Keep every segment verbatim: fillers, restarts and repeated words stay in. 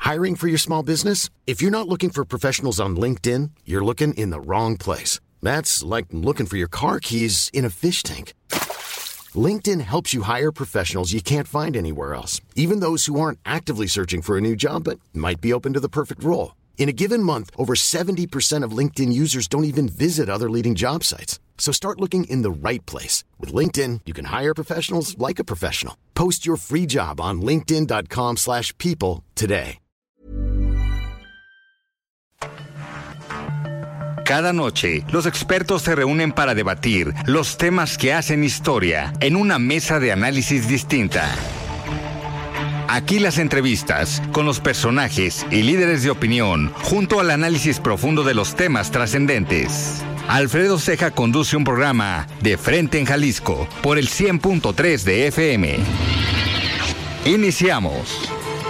Hiring for your small business? If you're not looking for professionals on LinkedIn, you're looking in the wrong place. That's like looking for your car keys in a fish tank. LinkedIn helps you hire professionals you can't find anywhere else, even those who aren't actively searching for a new job but might be open to the perfect role. In a given month, over seventy percent of LinkedIn users don't even visit other leading job sites. So start looking in the right place. With LinkedIn, you can hire professionals like a professional. Post your free job on linkedin dot com slash people today. Cada noche, los expertos se reúnen para debatir los temas que hacen historia en una mesa de análisis distinta. Aquí las entrevistas con los personajes y líderes de opinión, junto al análisis profundo de los temas trascendentes. Alfredo Ceja conduce un programa De Frente en Jalisco por el cien punto tres de F M. Iniciamos.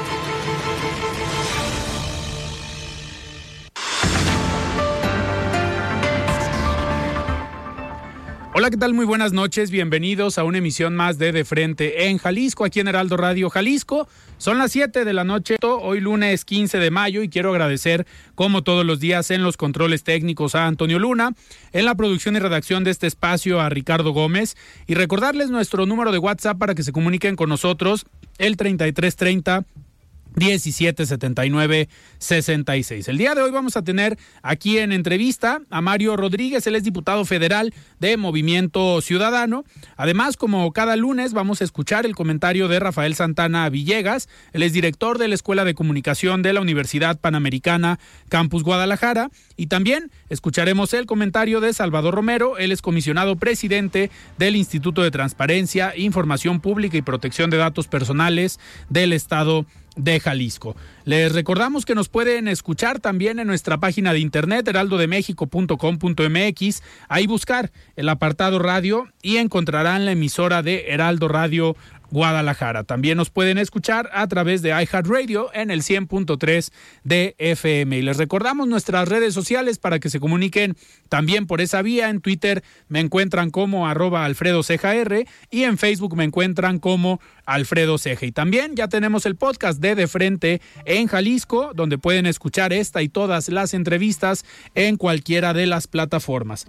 Hola, ¿qué tal? Muy buenas noches, bienvenidos a una emisión más de De Frente en Jalisco, aquí en Heraldo Radio Jalisco. Son las siete de la noche, hoy lunes quince de mayo, y quiero agradecer, como todos los días, en los controles técnicos a Antonio Luna, en la producción y redacción de este espacio a Ricardo Gómez, y recordarles nuestro número de WhatsApp para que se comuniquen con nosotros, el treinta y tres treinta diecisiete setenta y nueve sesenta y seis. El día de hoy vamos a tener aquí en entrevista a Mario Rodríguez, él es diputado federal de Movimiento Ciudadano. Además, como cada lunes, vamos a escuchar el comentario de Rafael Santana Villegas, él es director de la Escuela de Comunicación de la Universidad Panamericana Campus Guadalajara, y también escucharemos el comentario de Salvador Romero, él es comisionado presidente del Instituto de Transparencia, Información Pública y Protección de Datos Personales del Estado de Jalisco. Les recordamos que nos pueden escuchar también en nuestra página de internet heraldo de méxico punto com punto m x, ahí buscar el apartado radio y encontrarán la emisora de Heraldo Radio Guadalajara. También nos pueden escuchar a través de iHeartRadio en el cien punto tres de F M. Y les recordamos nuestras redes sociales para que se comuniquen también por esa vía. En Twitter me encuentran como arroba Alfredo Ceja R y en Facebook me encuentran como Alfredo Ceja. Y también ya tenemos el podcast de De Frente en Jalisco, donde pueden escuchar esta y todas las entrevistas en cualquiera de las plataformas.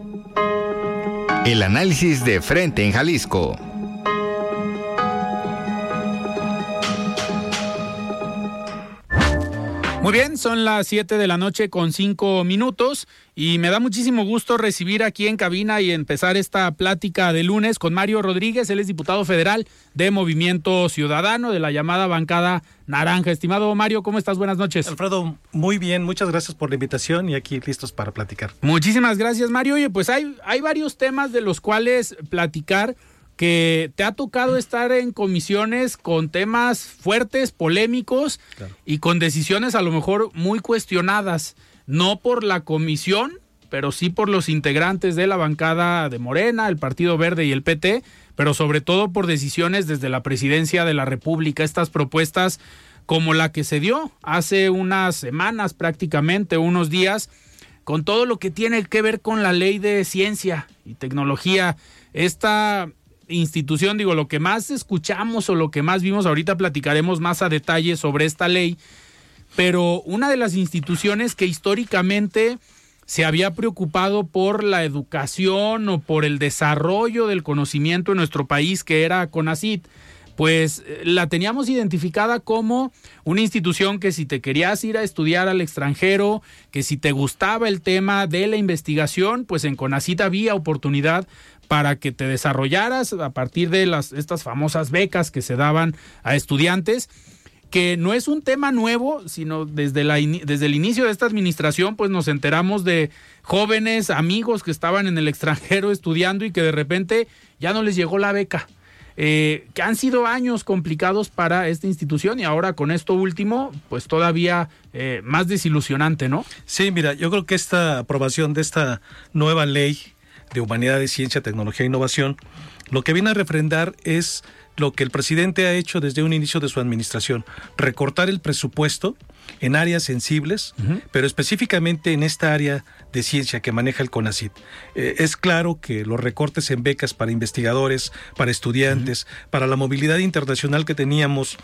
El análisis de Frente en Jalisco. Muy bien, son las siete de la noche con cinco minutos y me da muchísimo gusto recibir aquí en cabina y empezar esta plática de lunes con Mario Rodríguez, él es diputado federal de Movimiento Ciudadano, de la llamada bancada naranja. Estimado Mario, ¿cómo estás? Buenas noches. Alfredo, muy bien, muchas gracias por la invitación y aquí listos para platicar. Muchísimas gracias, Mario. Oye, pues hay, hay varios temas de los cuales platicar, que te ha tocado estar en comisiones con temas fuertes, polémicos, claro, y con decisiones a lo mejor muy cuestionadas, no por la comisión, pero sí por los integrantes de la bancada de Morena, el Partido Verde y el P T, pero sobre todo por decisiones desde la Presidencia de la República, estas propuestas como la que se dio hace unas semanas prácticamente, unos días, con todo lo que tiene que ver con la Ley de Ciencia y Tecnología. Esta institución, digo, lo que más escuchamos o lo que más vimos, ahorita platicaremos más a detalle sobre esta ley, pero una de las instituciones que históricamente se había preocupado por la educación o por el desarrollo del conocimiento en nuestro país, que era CONACYT, pues la teníamos identificada como una institución que si te querías ir a estudiar al extranjero, que si te gustaba el tema de la investigación, pues en CONACYT había oportunidad para que te desarrollaras a partir de las estas famosas becas que se daban a estudiantes, que no es un tema nuevo, sino desde, la, desde el inicio de esta administración, pues nos enteramos de jóvenes, amigos que estaban en el extranjero estudiando y que de repente ya no les llegó la beca. Eh, que han sido años complicados para esta institución y ahora con esto último, pues todavía eh, más desilusionante, ¿no? Sí, mira, yo creo que esta aprobación de esta nueva ley de Humanidades, Ciencia, Tecnología e Innovación, lo que viene a refrendar es lo que el presidente ha hecho desde un inicio de su administración, recortar el presupuesto en áreas sensibles, uh-huh. pero específicamente en esta área de ciencia que maneja el CONACYT. Eh, es claro que los recortes en becas para investigadores, para estudiantes, uh-huh. para la movilidad internacional que teníamos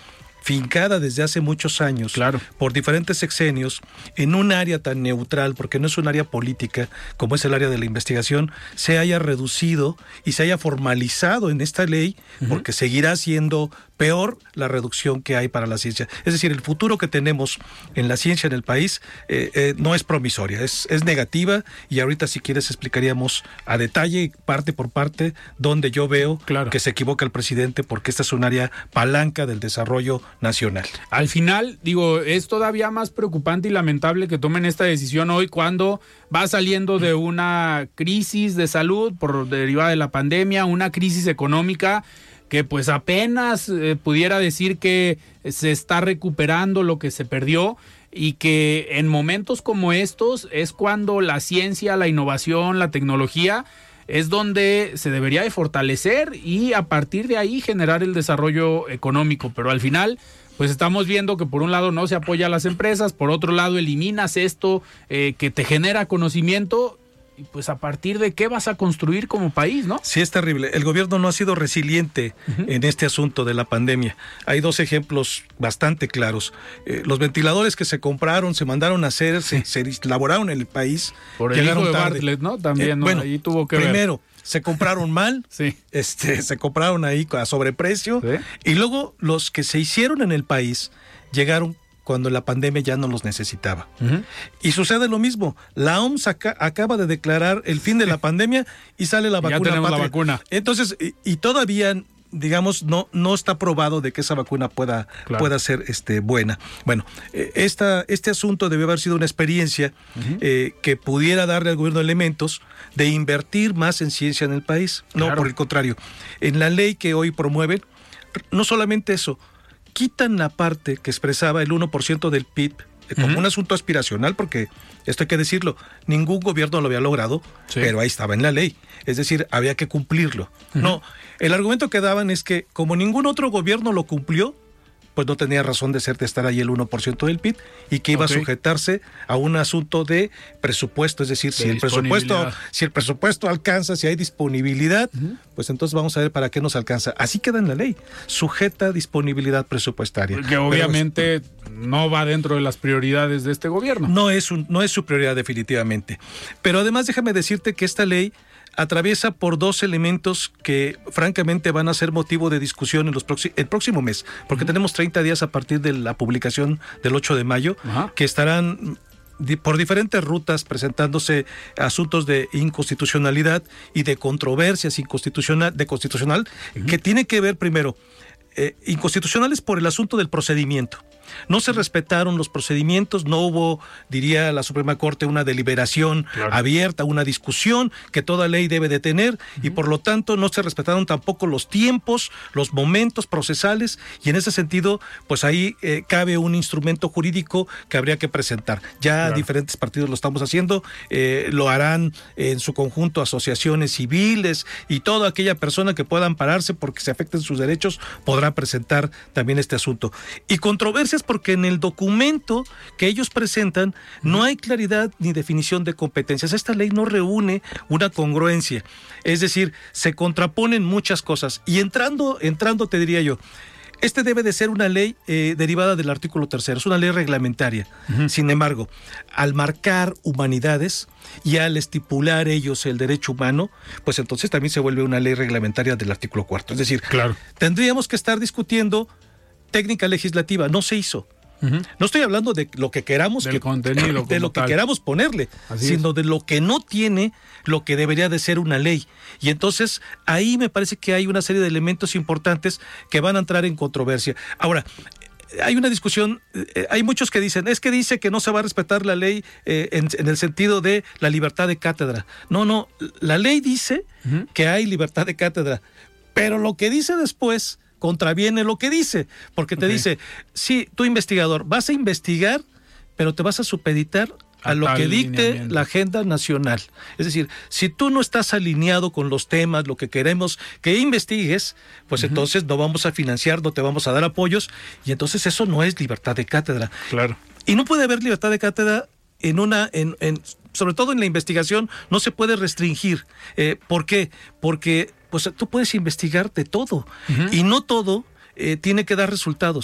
fincada desde hace muchos años, claro, por diferentes sexenios, en un área tan neutral, porque no es un área política como es el área de la investigación, se haya reducido y se haya formalizado en esta ley, uh-huh. porque seguirá siendo peor la reducción que hay para la ciencia. Es decir, el futuro que tenemos en la ciencia en el país eh, eh, no es promisoria, es, es negativa, y ahorita si quieres explicaríamos a detalle, parte por parte, donde yo veo claro. que se equivoca el presidente, porque esta es un área palanca del desarrollo nacional. Al final, digo, es todavía más preocupante y lamentable que tomen esta decisión hoy cuando va saliendo de una crisis de salud por derivada de la pandemia, una crisis económica que pues apenas eh, pudiera decir que se está recuperando lo que se perdió, y que en momentos como estos es cuando la ciencia, la innovación, la tecnología es donde se debería de fortalecer y a partir de ahí generar el desarrollo económico. Pero al final pues estamos viendo que por un lado no se apoya a las empresas, por otro lado eliminas esto eh, que te genera conocimiento. Y pues a partir de qué vas a construir como país, ¿no? Sí, es terrible. El gobierno no ha sido resiliente uh-huh. en este asunto de la pandemia. Hay dos ejemplos bastante claros. Eh, los ventiladores que se compraron, se mandaron a hacer, sí. se, se elaboraron en el país. Por el hijo de tarde. Bartlett, ¿no? También, eh, ¿no? Bueno, ahí tuvo que primero, ver. se compraron mal, sí. este, se compraron ahí a sobreprecio, ¿sí? Y luego los que se hicieron en el país llegaron cuando la pandemia ya no los necesitaba. Uh-huh. Y sucede lo mismo. La O M S aca- acaba de declarar el fin de la pandemia y sale la vacuna. Ya tenemos patria. la vacuna. Entonces, y, y todavía, digamos, no, no está probado de que esa vacuna pueda, claro. pueda ser este, buena. Bueno, eh, esta, este asunto debió haber sido una experiencia uh-huh. eh, que pudiera darle al gobierno elementos de invertir más en ciencia en el país. Claro. No, por el contrario. En la ley que hoy promueven, no solamente eso, quitan la parte que expresaba el uno por ciento del P I B eh, como uh-huh. un asunto aspiracional, porque esto hay que decirlo, ningún gobierno lo había logrado, sí. pero ahí estaba en la ley, es decir, había que cumplirlo. Uh-huh. No, el argumento que daban es que como ningún otro gobierno lo cumplió, pues no tenía razón de ser de estar ahí el uno por ciento del P I B y que iba okay. a sujetarse a un asunto de presupuesto, es decir, de si el presupuesto si el presupuesto alcanza, si hay disponibilidad, uh-huh. pues entonces vamos a ver para qué nos alcanza. Así queda en la ley, sujeta disponibilidad presupuestaria. Que obviamente pero, no va dentro de las prioridades de este gobierno. No es un, no es su prioridad definitivamente. Pero además déjame decirte que esta ley atraviesa por dos elementos que francamente van a ser motivo de discusión en los próximos, el próximo mes, porque uh-huh. tenemos treinta días a partir de la publicación del ocho de mayo, uh-huh. que estarán di- por diferentes rutas presentándose asuntos de inconstitucionalidad y de controversias inconstitucional, de constitucional, uh-huh. que tiene que ver primero, eh, inconstitucionales por el asunto del procedimiento. No se respetaron los procedimientos, no hubo, diría la Suprema Corte, una deliberación claro. abierta, una discusión que toda ley debe de tener, uh-huh. y por lo tanto no se respetaron tampoco los tiempos, los momentos procesales, y en ese sentido, pues ahí eh, cabe un instrumento jurídico que habría que presentar. Ya claro. diferentes partidos lo estamos haciendo, eh, lo harán en su conjunto asociaciones civiles, y toda aquella persona que pueda ampararse porque se afecten sus derechos podrá presentar también este asunto. Y controversias porque en el documento que ellos presentan no hay claridad ni definición de competencias. Esta ley no reúne una congruencia, es decir, se contraponen muchas cosas. Y entrando, entrando te diría yo, este debe de ser una ley eh, derivada del artículo tercero, es una ley reglamentaria. Uh-huh. Sin embargo, al marcar humanidades y al estipular ellos el derecho humano, pues entonces también se vuelve una ley reglamentaria del artículo cuarto. Es decir, claro. tendríamos que estar discutiendo técnica legislativa, no se hizo. Uh-huh. No estoy hablando de lo que queramos, del que, contenido de lo que tal. queramos ponerle, Así sino es. de lo que no tiene lo que debería de ser una ley. Y entonces ahí me parece que hay una serie de elementos importantes que van a entrar en controversia. Ahora, hay una discusión, eh, hay muchos que dicen, es que dice que no se va a respetar la ley eh, en, en el sentido de la libertad de cátedra. No, no, la ley dice uh-huh. que hay libertad de cátedra, pero lo que dice después contraviene lo que dice, porque te okay. dice, sí, tú investigador, vas a investigar, pero te vas a supeditar a, a lo que dicte la agenda nacional. Es decir, si tú no estás alineado con los temas, lo que queremos que investigues, pues uh-huh. entonces no vamos a financiar, no te vamos a dar apoyos, y entonces eso no es libertad de cátedra. Claro. Y no puede haber libertad de cátedra en una, en, en sobre todo en la investigación, no se puede restringir. Eh, ¿Por qué? Porque pues tú puedes investigar de todo, uh-huh. y no todo eh, tiene que dar resultados.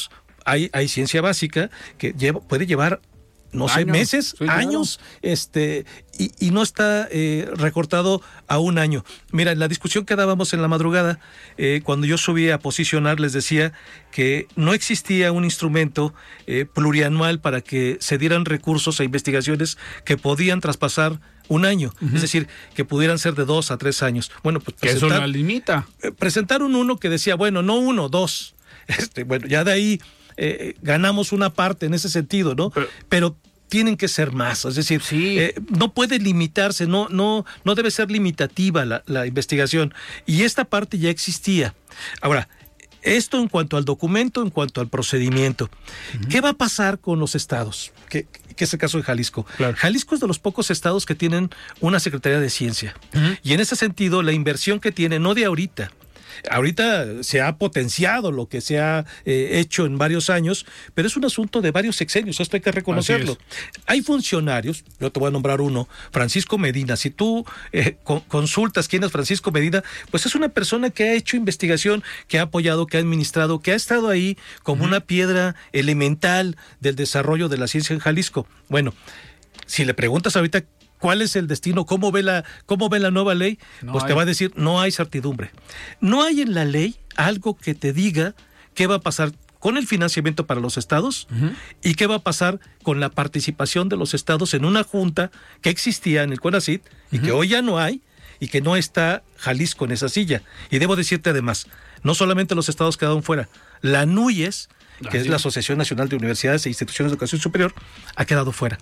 hay, hay ciencia básica que lleva, puede llevar, no sé, años, meses, sí, años, claro. este, y, y no está eh, recortado a un año. Mira, en la discusión que dábamos en la madrugada, eh, cuando yo subí a posicionar, les decía que no existía un instrumento eh, plurianual para que se dieran recursos a investigaciones que podían traspasar un año, uh-huh. es decir, que pudieran ser de dos a tres años. Bueno, pues que eso la limita. Eh, presentaron uno que decía, bueno, no uno, dos. Este, bueno, ya de ahí eh, ganamos una parte en ese sentido, ¿no? Pero, Pero tienen que ser más, es decir, sí. eh, no puede limitarse, no, no, no debe ser limitativa la, la investigación. Y esta parte ya existía. Ahora, esto en cuanto al documento, en cuanto al procedimiento. Uh-huh. ¿Qué va a pasar con los estados? Que, que es el caso de Jalisco. Claro. Jalisco es de los pocos estados que tienen una Secretaría de Ciencia. Uh-huh. Y en ese sentido, la inversión que tiene, no de ahorita, ahorita se ha potenciado lo que se ha eh, hecho en varios años, pero es un asunto de varios sexenios, esto hay que reconocerlo. Hay funcionarios, yo te voy a nombrar uno, Francisco Medina. Si tú eh, co- consultas quién es Francisco Medina, pues es una persona que ha hecho investigación, que ha apoyado, que ha administrado, que ha estado ahí como uh-huh. una piedra elemental del desarrollo de la ciencia en Jalisco. Bueno, si le preguntas ahorita ¿cuál es el destino? ¿Cómo ve la, cómo ve la nueva ley? No pues hay. Te va a decir, no hay certidumbre. No hay en la ley algo que te diga qué va a pasar con el financiamiento para los estados uh-huh. y qué va a pasar con la participación de los estados en una junta que existía en el CONACYT y uh-huh. que hoy ya no hay y que no está Jalisco en esa silla. Y debo decirte además, no solamente los estados quedaron fuera, la NUYES, que Así. es la Asociación Nacional de Universidades e Instituciones de Educación Superior, ha quedado fuera.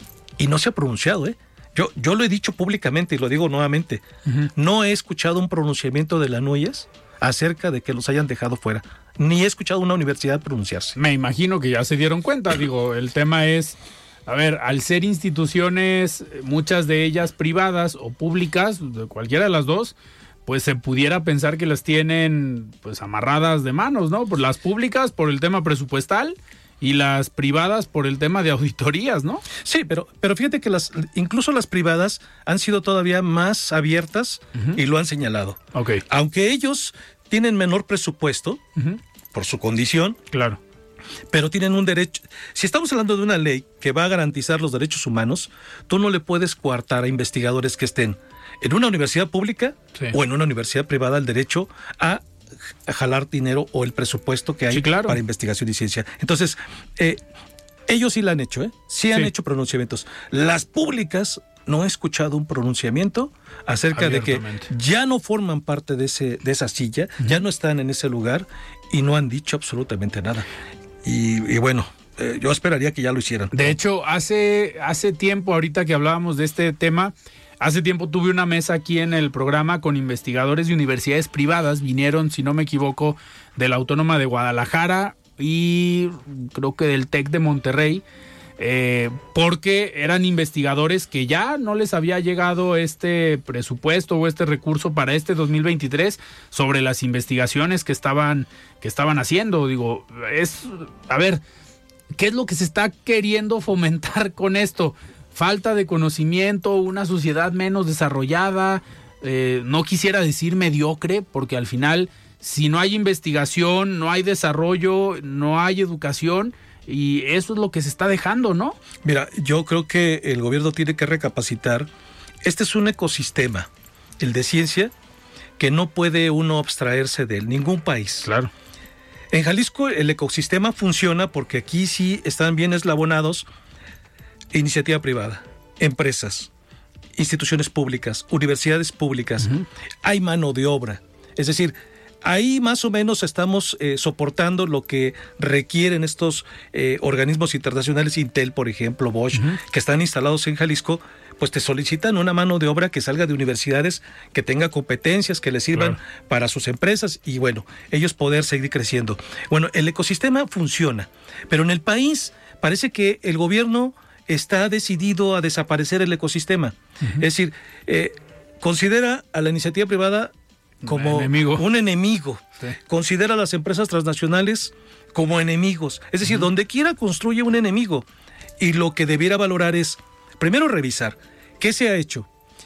Y no se ha pronunciado, ¿eh? Yo, yo lo he dicho públicamente y lo digo nuevamente. Uh-huh. No he escuchado un pronunciamiento de la NUYES acerca de que los hayan dejado fuera. Ni he escuchado una universidad pronunciarse. Me imagino que ya se dieron cuenta. Digo, el tema es, a ver, al ser instituciones, muchas de ellas privadas o públicas, de cualquiera de las dos, pues se pudiera pensar que las tienen pues amarradas de manos, ¿no? Por las públicas por el tema presupuestal y las privadas por el tema de auditorías, ¿no? Sí, pero, pero fíjate que las, incluso las privadas han sido todavía más abiertas uh-huh. y lo han señalado. Okay. Aunque ellos tienen menor presupuesto uh-huh. por su condición. Claro. Pero tienen un derecho. Si estamos hablando de una ley que va a garantizar los derechos humanos, tú no le puedes coartar a investigadores que estén en una universidad pública sí. o en una universidad privada el derecho a a jalar dinero o el presupuesto que hay sí, claro. para investigación y ciencia. Entonces, eh, ellos sí la han hecho, ¿eh? Sí han sí. hecho pronunciamientos. Las públicas no he escuchado un pronunciamiento acerca de que ya no forman parte de ese de esa silla, uh-huh. ya no están en ese lugar y no han dicho absolutamente nada. Y, y bueno, eh, yo esperaría que ya lo hicieran. De hecho, hace, hace tiempo, ahorita que hablábamos de este tema, hace tiempo tuve una mesa aquí en el programa con investigadores de universidades privadas. Vinieron, si no me equivoco, de la Autónoma de Guadalajara y creo que del TEC de Monterrey, eh, porque eran investigadores que ya no les había llegado este presupuesto o este recurso para este dos mil veintitrés sobre las investigaciones que estaban, que estaban haciendo. Digo, es, a ver, ¿qué es lo que se está queriendo fomentar con esto? Falta de conocimiento, una sociedad menos desarrollada, eh, no quisiera decir mediocre, porque al final, si no hay investigación, no hay desarrollo, no hay educación, y eso es lo que se está dejando, ¿no? Mira, yo creo que el gobierno tiene que recapacitar. Este es un ecosistema, el de ciencia, que no puede uno abstraerse de él, ningún país. Claro. En Jalisco el ecosistema funciona porque aquí sí están bien eslabonados iniciativa privada, empresas, instituciones públicas, universidades públicas, uh-huh. hay mano de obra. Es decir, ahí más o menos estamos eh, soportando lo que requieren estos eh, organismos internacionales, Intel, por ejemplo, Bosch, uh-huh. que están instalados en Jalisco, pues te solicitan una mano de obra que salga de universidades, que tenga competencias, que les sirvan claro. para sus empresas y bueno, ellos poder seguir creciendo. Bueno, el ecosistema funciona, pero en el país parece que el gobierno está decidido a desaparecer el ecosistema. Uh-huh. Es decir, eh, considera a la iniciativa privada como un enemigo. Un enemigo. Sí. Considera a las empresas transnacionales como enemigos. Es decir, uh-huh. donde quiera construye un enemigo. Y lo que debiera valorar es, primero revisar qué se ha hecho.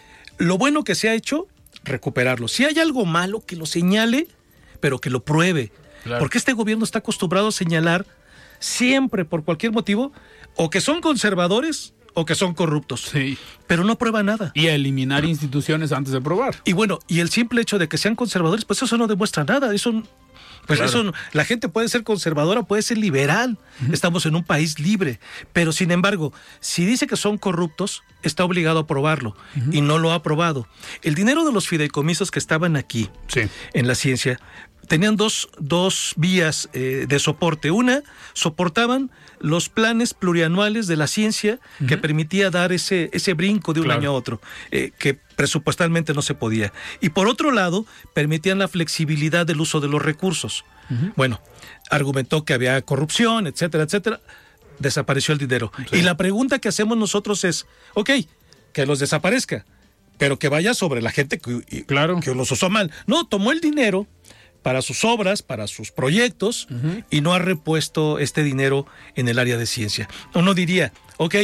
Lo bueno que se ha hecho, recuperarlo. Si hay algo malo, que lo señale, pero que lo pruebe. Claro. Porque este gobierno está acostumbrado a señalar siempre, por cualquier motivo, o que son conservadores o que son corruptos. Sí. Pero no prueba nada. Y eliminar instituciones antes de probar. Y bueno, y el simple hecho de que sean conservadores, pues eso no demuestra nada. Eso, pues claro. eso, la gente puede ser conservadora, puede ser liberal. Uh-huh. Estamos en un país libre. Pero sin embargo, si dice que son corruptos, está obligado a probarlo. Uh-huh. Y no lo ha probado. El dinero de los fideicomisos que estaban aquí, sí. en la ciencia, tenían dos, dos vías eh, de soporte. Una, soportaban los planes plurianuales de la ciencia, uh-huh. que permitía dar ese, ese brinco de un claro. año a otro, eh, que presupuestalmente no se podía. Y por otro lado, permitían la flexibilidad del uso de los recursos. Uh-huh. Bueno, argumentó que había corrupción, etcétera, etcétera. Desapareció el dinero. Sí. Y la pregunta que hacemos nosotros es, ok, que los desaparezca, pero que vaya sobre la gente que, claro. que los usó mal. No, tomó el dinero para sus obras, para sus proyectos, uh-huh. y no ha repuesto este dinero en el área de ciencia. Uno diría, ok,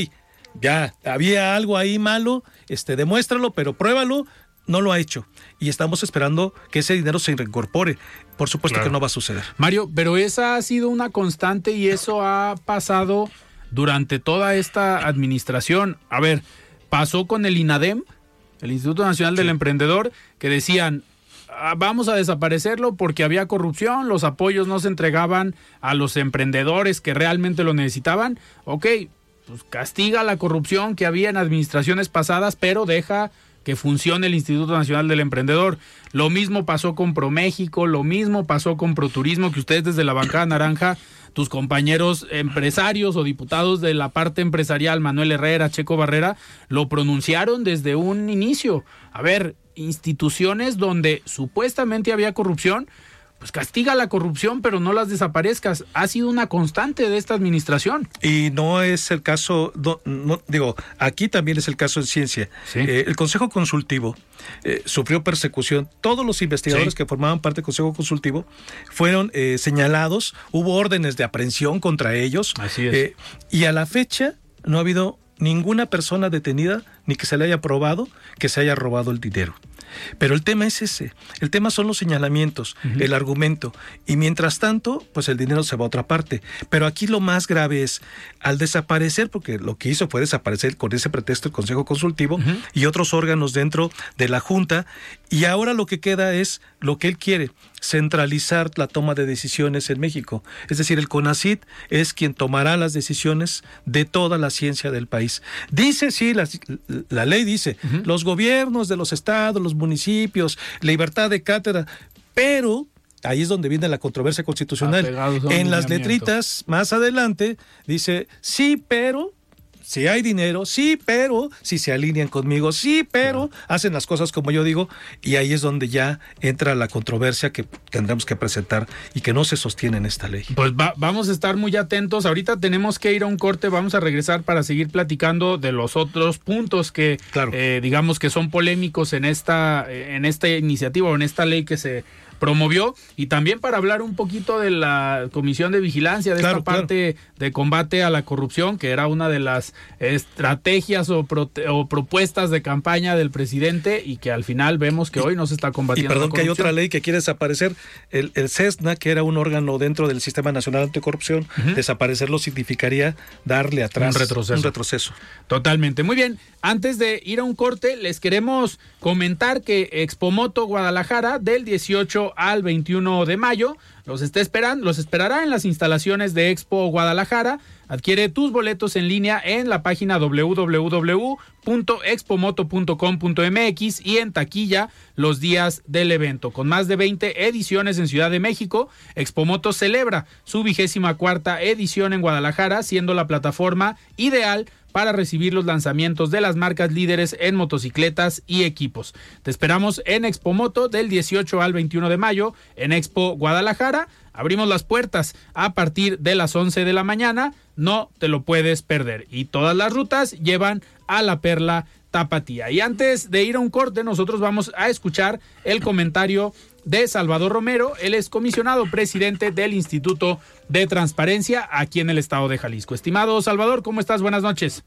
ya había algo ahí malo, este, demuéstralo, pero pruébalo, no lo ha hecho. Y estamos esperando que ese dinero se reincorpore. Por supuesto claro. que no va a suceder. Mario, pero esa ha sido una constante y eso ha pasado durante toda esta administración. A ver, pasó con el INADEM, el Instituto Nacional sí. del Emprendedor, que decían, vamos a desaparecerlo porque había corrupción, los apoyos no se entregaban a los emprendedores que realmente lo necesitaban. Ok, pues castiga la corrupción que había en administraciones pasadas, pero deja que funcione el Instituto Nacional del Emprendedor. Lo mismo pasó con ProMéxico, lo mismo pasó con ProTurismo, que ustedes desde la bancada naranja, tus compañeros empresarios o diputados de la parte empresarial, Manuel Herrera, Checo Barrera, lo pronunciaron desde un inicio. A ver, instituciones donde supuestamente había corrupción, pues castiga la corrupción, pero no las desaparezcas. Ha sido una constante de esta administración. Y no es el caso, no, no, digo, aquí también es el caso en ciencia. Sí. Eh, el Consejo Consultivo eh, sufrió persecución. Todos los investigadores sí. que formaban parte del Consejo Consultivo fueron eh, señalados, hubo órdenes de aprehensión contra ellos. Así es. Eh, y a la fecha no ha habido ninguna persona detenida ni que se le haya probado que se haya robado el dinero. Pero el tema es ese, el tema son los señalamientos, uh-huh. el argumento, y mientras tanto, pues el dinero se va a otra parte. Pero aquí lo más grave es, al desaparecer, porque lo que hizo fue desaparecer con ese pretexto el Consejo Consultivo uh-huh. y otros órganos dentro de la Junta, y ahora lo que queda es lo que él quiere, centralizar la toma de decisiones en México. Es decir, el CONACYT es quien tomará las decisiones de toda la ciencia del país. Dice, sí, la, la ley dice, uh-huh. los gobiernos de los estados, los municipios, libertad de cátedra, pero ahí es donde viene la controversia constitucional. En las letritas, más adelante, dice, sí, pero... si hay dinero, sí, pero si se alinean conmigo, sí, pero claro. hacen las cosas como yo digo, y ahí es donde ya entra la controversia que tendremos que presentar y que no se sostiene en esta ley. Pues va, vamos a estar muy atentos. Ahorita tenemos que ir a un corte, vamos a regresar para seguir platicando de los otros puntos que claro. eh, digamos que son polémicos en esta, en esta iniciativa o en esta ley que se promovió, y también para hablar un poquito de la Comisión de Vigilancia, de claro, esta parte claro. de combate a la corrupción, que era una de las estrategias o, pro, o propuestas de campaña del presidente y que al final vemos que y, hoy no se está combatiendo. Y perdón, que hay otra ley que quiere desaparecer, el, el CESNA, que era un órgano dentro del Sistema Nacional Anticorrupción, uh-huh. desaparecerlo significaría darle atrás un retroceso. un retroceso. Totalmente. Muy bien, antes de ir a un corte, les queremos comentar que Expomoto Guadalajara del dieciocho al veintiuno de mayo los está esperando, los esperará en las instalaciones de Expo Guadalajara. Adquiere tus boletos en línea en la página doble u doble u doble u punto expomoto punto com punto m x y en taquilla los días del evento. Con más de veinte ediciones en Ciudad de México, Expomoto celebra su vigésima cuarta edición en Guadalajara, siendo la plataforma ideal para recibir los lanzamientos de las marcas líderes en motocicletas y equipos. Te esperamos en Expomoto del dieciocho al veintiuno de mayo en Expo Guadalajara. Abrimos las puertas a partir de las once de la mañana, no te lo puedes perder. Y todas las rutas llevan a la Perla Tapatía. Y antes de ir a un corte, nosotros vamos a escuchar el comentario de Salvador Romero. Él es comisionado presidente del Instituto de Transparencia aquí en el estado de Jalisco. Estimado Salvador, ¿cómo estás? Buenas noches.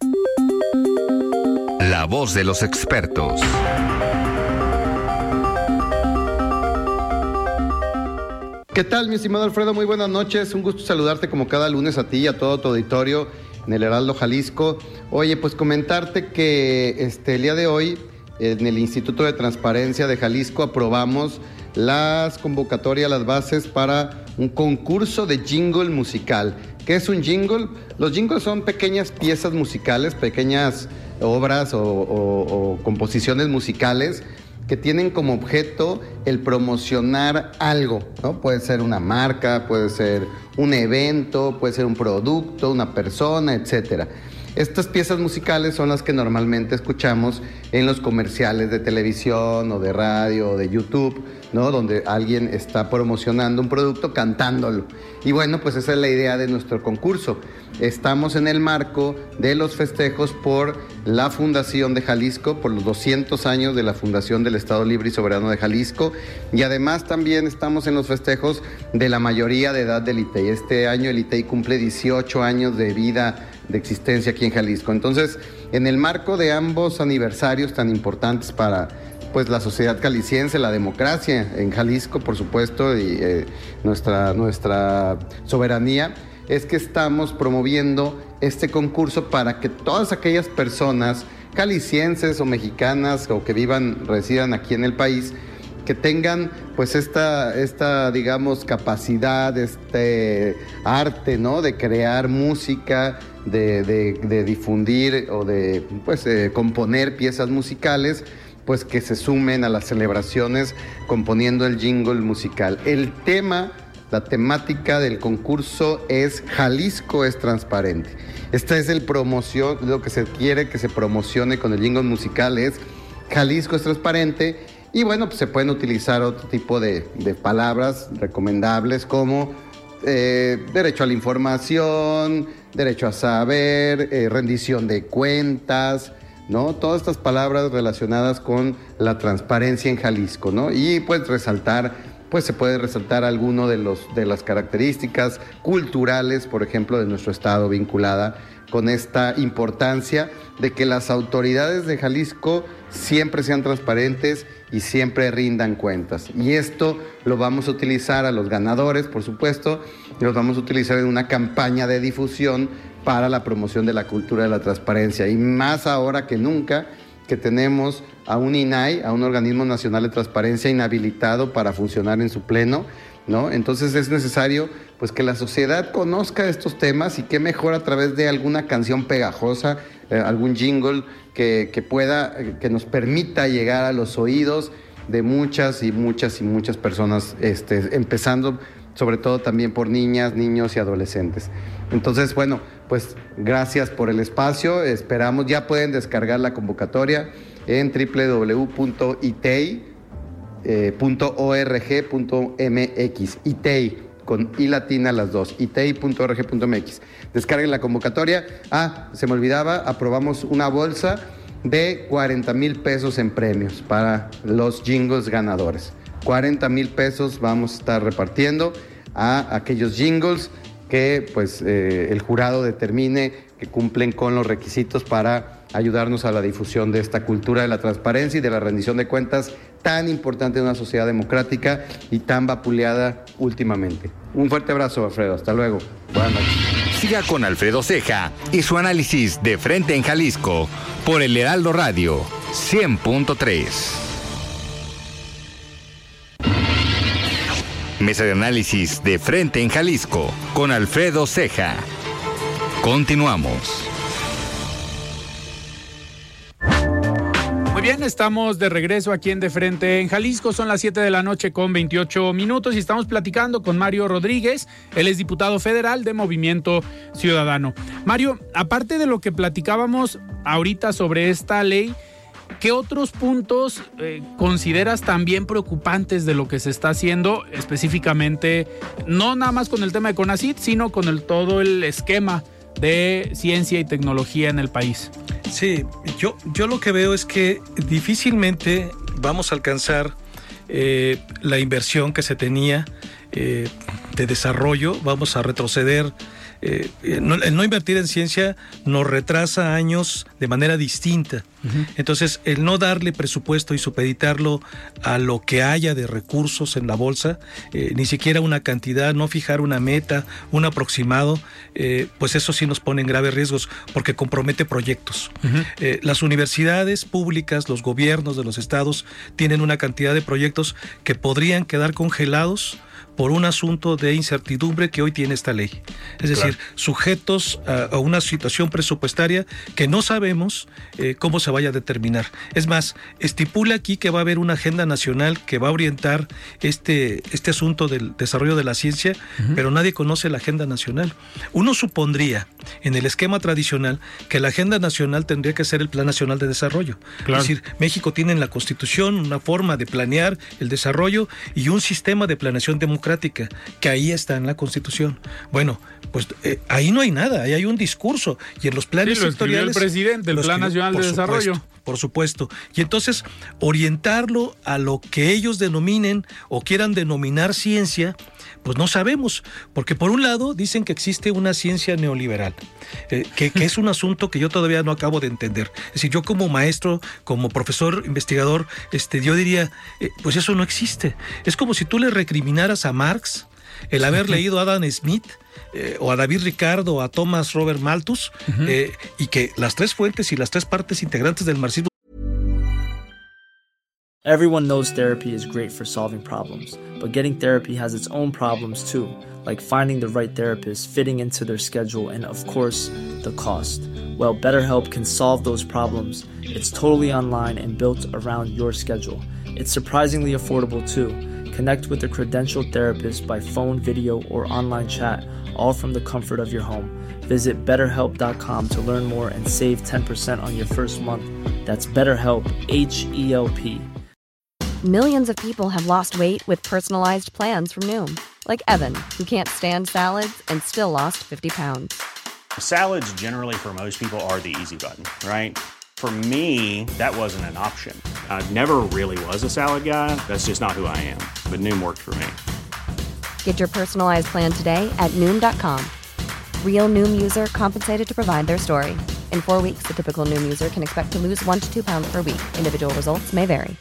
La voz de los expertos. ¿Qué tal, mi estimado Alfredo? Muy buenas noches. Un gusto saludarte como cada lunes a ti y a todo tu auditorio en el Heraldo Jalisco. Oye, pues comentarte que este, el día de hoy en el Instituto de Transparencia de Jalisco aprobamos las convocatorias, las bases para un concurso de jingle musical. ¿Qué es un jingle? Los jingles son pequeñas piezas musicales, pequeñas obras o, o, o composiciones musicales que tienen como objeto el promocionar algo, ¿no? Puede ser una marca, puede ser un evento, puede ser un producto, una persona, etcétera. Estas piezas musicales son las que normalmente escuchamos en los comerciales de televisión o de radio o de YouTube, ¿no? Donde alguien está promocionando un producto cantándolo. Y bueno, pues esa es la idea de nuestro concurso. Estamos en el marco de los festejos por la Fundación de Jalisco, por los doscientos años de la Fundación del Estado Libre y Soberano de Jalisco, y además también estamos en los festejos de la mayoría de edad del I T E I. Este año el I T E I cumple dieciocho años de vida, de existencia aquí en Jalisco. Entonces, en el marco de ambos aniversarios tan importantes para pues la sociedad jalisciense, la democracia en Jalisco, por supuesto, y eh, nuestra, nuestra soberanía, es que estamos promoviendo este concurso para que todas aquellas personas jaliscienses o mexicanas o que vivan, residan aquí en el país, que tengan pues esta, esta digamos, capacidad, este arte, ¿no? De crear música, de, de, de difundir o de pues eh, componer piezas musicales, pues que se sumen a las celebraciones componiendo el jingle musical. El tema, la temática del concurso es Jalisco es transparente. Esta es el promoción, lo que se quiere que se promocione con el jingle musical es Jalisco es transparente. Y bueno, pues se pueden utilizar otro tipo de, de palabras recomendables como eh, derecho a la información, derecho a saber, eh, rendición de cuentas, ¿no? Todas estas palabras relacionadas con la transparencia en Jalisco, ¿no? Y pues resaltar, pues se puede resaltar alguno de los de las características culturales, por ejemplo, de nuestro estado vinculada con esta importancia de que las autoridades de Jalisco siempre sean transparentes y siempre rindan cuentas. Y esto lo vamos a utilizar a los ganadores, por supuesto, y los vamos a utilizar en una campaña de difusión para la promoción de la cultura de la transparencia. Y más ahora que nunca, que tenemos a un I N A I, a un Organismo Nacional de Transparencia inhabilitado para funcionar en su pleno, ¿no? Entonces es necesario pues que la sociedad conozca estos temas, y qué mejor a través de alguna canción pegajosa, eh, algún jingle que, que pueda, que nos permita llegar a los oídos de muchas y muchas y muchas personas, este, empezando sobre todo también por niñas, niños y adolescentes. Entonces, bueno, pues gracias por el espacio, esperamos, ya pueden descargar la convocatoria en doble u doble u doble u punto i t e i punto org punto m x, I T E I, con I latina las dos, i t e i punto org punto m x. Descarguen la convocatoria. Ah, se me olvidaba, aprobamos una bolsa de cuarenta mil pesos en premios para los jingles ganadores. cuarenta mil pesos vamos a estar repartiendo a aquellos jingles que pues eh, el jurado determine que cumplen con los requisitos para ayudarnos a la difusión de esta cultura de la transparencia y de la rendición de cuentas tan importante en una sociedad democrática y tan vapuleada últimamente. Un fuerte abrazo, Alfredo. Hasta luego. Buenas noches. Siga con Alfredo Ceja y su análisis de Frente en Jalisco por el Heraldo Radio cien punto tres. Mesa de análisis de Frente en Jalisco con Alfredo Ceja. Continuamos. Muy bien, estamos de regreso aquí en De Frente en Jalisco. Son las siete de la noche con veintiocho minutos y estamos platicando con Mario Rodríguez. Él es diputado federal de Movimiento Ciudadano. Mario, aparte de lo que platicábamos ahorita sobre esta ley, ¿qué otros puntos eh, consideras también preocupantes de lo que se está haciendo específicamente, no nada más con el tema de CONACYT, sino con el, todo el esquema de ciencia y tecnología en el país? Sí, yo, yo lo que veo es que difícilmente vamos a alcanzar eh, la inversión que se tenía eh, de desarrollo, vamos a retroceder. Eh, no, el no invertir en ciencia nos retrasa años de manera distinta. Uh-huh. Entonces, el no darle presupuesto y supeditarlo a lo que haya de recursos en la bolsa, eh, ni siquiera una cantidad, no fijar una meta, un aproximado, eh, pues eso sí nos pone en graves riesgos porque compromete proyectos. Uh-huh. Eh, las universidades públicas, los gobiernos de los estados tienen una cantidad de proyectos que podrían quedar congelados por un asunto de incertidumbre que hoy tiene esta ley. Es decir, claro. sujetos a, a una situación presupuestaria que no sabemos eh, cómo se vaya a determinar. Es más, estipula aquí que va a haber una agenda nacional que va a orientar este, este asunto del desarrollo de la ciencia, uh-huh. pero nadie conoce la agenda nacional. Uno supondría, en el esquema tradicional, que la agenda nacional tendría que ser el Plan Nacional de Desarrollo. Claro. Es decir, México tiene en la Constitución una forma de planear el desarrollo y un sistema de planeación democrática que ahí está en la Constitución. Bueno, pues eh, ahí no hay nada, ahí hay un discurso y en los planes sí, lo sectoriales... el presidente, el Plan Nacional de Desarrollo. Por supuesto. Y entonces, orientarlo a lo que ellos denominen o quieran denominar ciencia, pues no sabemos, porque por un lado dicen que existe una ciencia neoliberal, eh, que, que es un asunto que yo todavía no acabo de entender. Es decir, yo como maestro, como profesor investigador, este, yo diría, eh, pues eso no existe. Es como si tú le recriminaras a Marx el haber leído a Adam Smith, eh, o a David Ricardo, o a Thomas Robert Malthus, uh-huh. eh, y que las tres fuentes y las tres partes integrantes del marxismo. Everyone knows therapy is great for solving problems, but getting therapy has its own problems too, like finding the right therapist, fitting into their schedule, and of course, the cost. Well, BetterHelp can solve those problems. It's totally online and built around your schedule. It's surprisingly affordable too. Connect with a credentialed therapist by phone, video, or online chat, all from the comfort of your home. Visit better help dot com to learn more and save ten percent on your first month. That's BetterHelp, H E L P. Millions of people have lost weight with personalized plans from Noom. Like Evan, who can't stand salads and still lost fifty pounds. Salads generally for most people are the easy button, right? For me, that wasn't an option. I never really was a salad guy. That's just not who I am. But Noom worked for me. Get your personalized plan today at Noom dot com. Real Noom user compensated to provide their story. In four weeks, the typical Noom user can expect to lose one to two pounds per week. Individual results may vary.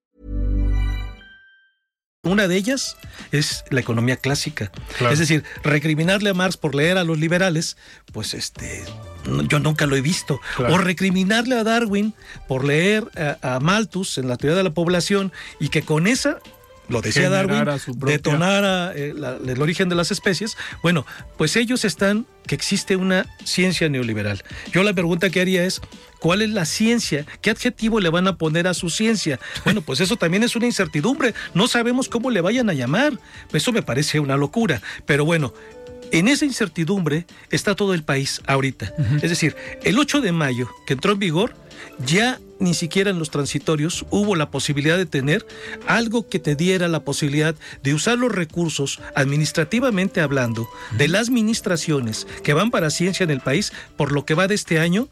Una de ellas es la economía clásica. Claro. Es decir, recriminarle a Marx por leer a los liberales, pues este, yo nunca lo he visto. Claro. O recriminarle a Darwin por leer a, a Malthus en la teoría de la población y que con esa, lo decía Darwin, propia... detonara eh, la, el origen de las especies. Bueno, pues ellos están que existe una ciencia neoliberal. Yo la pregunta que haría es, ¿cuál es la ciencia? ¿Qué adjetivo le van a poner a su ciencia? Bueno, pues eso también es una incertidumbre. No sabemos cómo le vayan a llamar. Eso me parece una locura. Pero bueno, en esa incertidumbre está todo el país ahorita. Uh-huh. Es decir, el ocho de mayo, que entró en vigor, ya ni siquiera en los transitorios hubo la posibilidad de tener algo que te diera la posibilidad de usar los recursos, administrativamente hablando, uh-huh. de las administraciones que van para ciencia en el país, por lo que va de este año.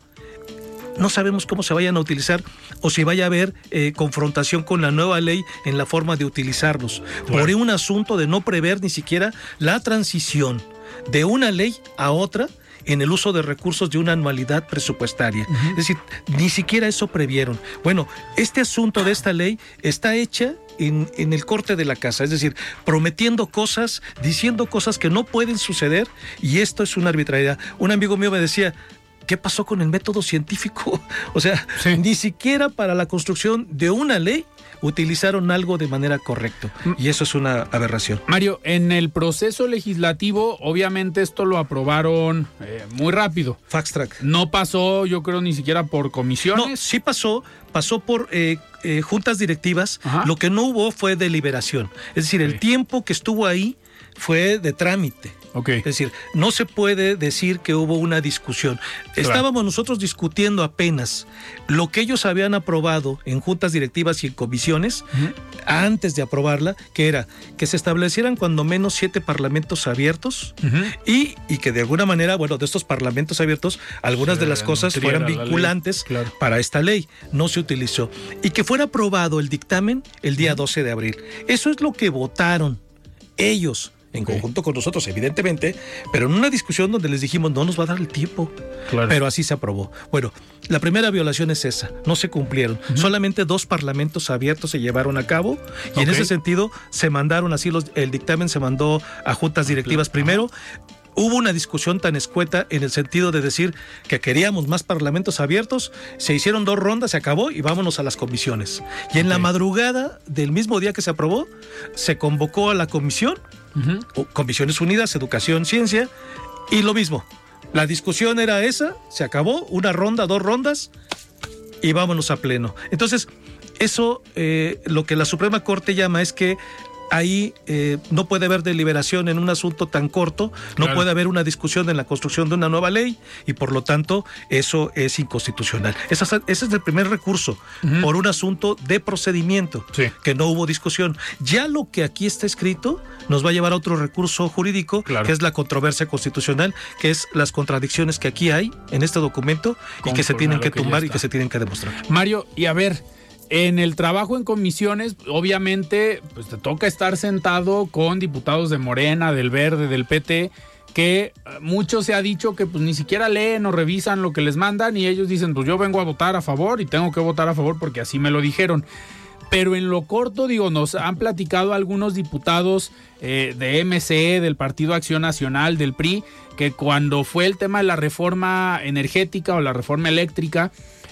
No sabemos cómo se vayan a utilizar o si vaya a haber eh, confrontación con la nueva ley en la forma de utilizarlos. Bueno. Por un asunto de no prever ni siquiera la transición de una ley a otra en el uso de recursos de una anualidad presupuestaria. Uh-huh. Es decir, ni siquiera eso previeron. Bueno, este asunto de esta ley está hecha en, en el corte de la casa, es decir, prometiendo cosas, diciendo cosas que no pueden suceder, y esto es una arbitrariedad. Un amigo mío me decía, ¿qué pasó con el método científico? O sea, sí. Ni siquiera para la construcción de una ley utilizaron algo de manera correcta, y eso es una aberración. Mario, en el proceso legislativo, obviamente esto lo aprobaron eh, muy rápido. Fast track. No pasó, yo creo, ni siquiera por comisiones. No, sí pasó, pasó por eh, eh, juntas directivas. Ajá. Lo que no hubo fue deliberación. Es decir, sí. El tiempo que estuvo ahí fue de trámite. Okay. Es decir, no se puede decir que hubo una discusión. Claro. Estábamos nosotros discutiendo apenas lo que ellos habían aprobado en juntas directivas y en comisiones, uh-huh. antes de aprobarla, que era que se establecieran cuando menos siete parlamentos abiertos, uh-huh. y, y que de alguna manera, bueno, de estos parlamentos abiertos, algunas se de las cosas fueran vinculantes, claro. para esta ley. No se utilizó. Y que fuera aprobado el dictamen el día doce de abril. Eso es lo que votaron ellos, en okay. conjunto con nosotros, evidentemente, pero en una discusión donde les dijimos, no nos va a dar el tiempo. Claro. Pero así se aprobó. Bueno, La primera violación es esa, no se cumplieron. Uh-huh. Solamente dos parlamentos abiertos se llevaron a cabo y okay. en ese sentido se mandaron así, los, el dictamen se mandó a juntas directivas primero. Hubo una discusión tan escueta en el sentido de decir que queríamos más parlamentos abiertos, se hicieron dos rondas, se acabó y vámonos a las comisiones. Y en okay. la madrugada del mismo día que se aprobó, se convocó a la comisión, uh-huh. Comisiones Unidas, Educación, Ciencia, y lo mismo. La discusión era esa, se acabó, una ronda, dos rondas, y vámonos a pleno. Entonces, eso, eh, lo que la Suprema Corte llama es que ahí eh, no puede haber deliberación en un asunto tan corto, no claro. puede haber una discusión en la construcción de una nueva ley y por lo tanto eso es inconstitucional. Ese es, ese es el primer recurso, uh-huh. por un asunto de procedimiento, sí. que no hubo discusión. Ya lo que aquí está escrito nos va a llevar a otro recurso jurídico, claro. que es la controversia constitucional, que es las contradicciones que aquí hay en este documento y que se tienen que, que tumbar y que se tienen que demostrar. Mario, y a ver, en el trabajo en comisiones, obviamente, pues te toca estar sentado con diputados de Morena, del Verde, del P T, que mucho se ha dicho que pues ni siquiera leen o revisan lo que les mandan y ellos dicen, pues yo vengo a votar a favor y tengo que votar a favor porque así me lo dijeron. Pero en lo corto, digo, nos han platicado algunos diputados eh, de M C, del Partido Acción Nacional, del P R I, que cuando fue el tema de la reforma energética o la reforma eléctrica,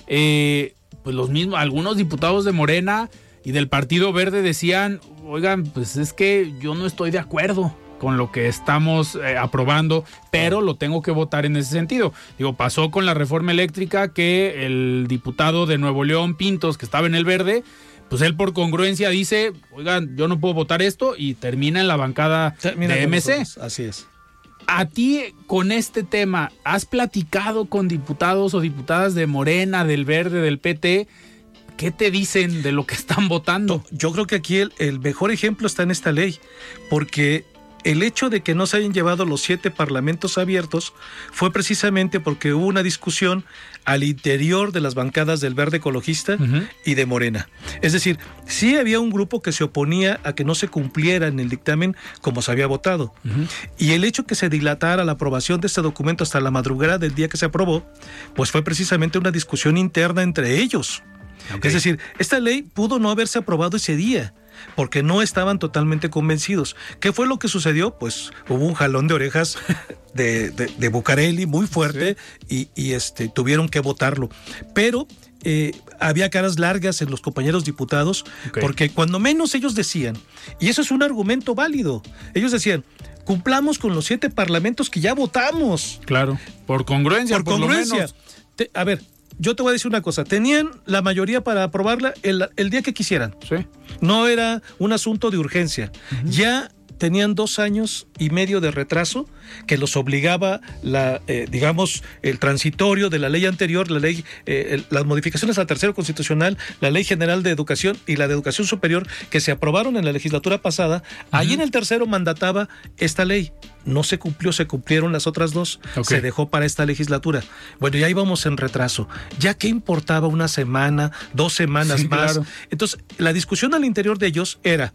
eh, pues los mismos, algunos diputados de Morena y del Partido Verde decían, oigan, pues es que yo no estoy de acuerdo con lo que estamos eh, aprobando, pero lo tengo que votar en ese sentido. Digo, pasó con la reforma eléctrica que el diputado de Nuevo León, Pintos, que estaba en el Verde, pues él por congruencia dice, oigan, yo no puedo votar esto y termina en la bancada termina de M C. Nosotros. Así es. A ti, con este tema, ¿has platicado con diputados o diputadas de Morena, del Verde, del P T? ¿Qué te dicen de lo que están votando? Yo creo que aquí el, el mejor ejemplo está en esta ley, porque el hecho de que no se hayan llevado los siete parlamentos abiertos fue precisamente porque hubo una discusión al interior de las bancadas del Verde Ecologista uh-huh. y de Morena. Es decir, sí había un grupo que se oponía a que no se cumpliera en el dictamen como se había votado. Uh-huh. Y el hecho que se dilatara la aprobación de este documento hasta la madrugada del día que se aprobó, pues fue precisamente una discusión interna entre ellos. Okay. Es decir, esta ley pudo no haberse aprobado ese día, porque no estaban totalmente convencidos. ¿Qué fue lo que sucedió? Pues hubo un jalón de orejas de, de, de Bucareli muy fuerte, sí. y, y este, tuvieron que votarlo. Pero eh, había caras largas en los compañeros diputados, okay. porque cuando menos ellos decían, y eso es un argumento válido, ellos decían, cumplamos con los siete parlamentos que ya votamos. Claro, por congruencia, por, por congruencia. lo menos. Te, a ver, yo te voy a decir una cosa, tenían la mayoría para aprobarla el, el día que quisieran. Sí. No era un asunto de urgencia. Uh-huh. Ya tenían dos años y medio de retraso que los obligaba la, eh, digamos, el transitorio de la ley anterior, la ley, eh, el, las modificaciones al tercero constitucional, la ley general de educación y la de educación superior que se aprobaron en la legislatura pasada. Uh-huh. Allí en el tercero mandataba esta ley. No se cumplió, se cumplieron las otras dos. Okay. Se dejó para esta legislatura. Bueno, ya íbamos en retraso. ¿Ya qué importaba una semana, dos semanas sí, más? Claro. Entonces, la discusión al interior de ellos era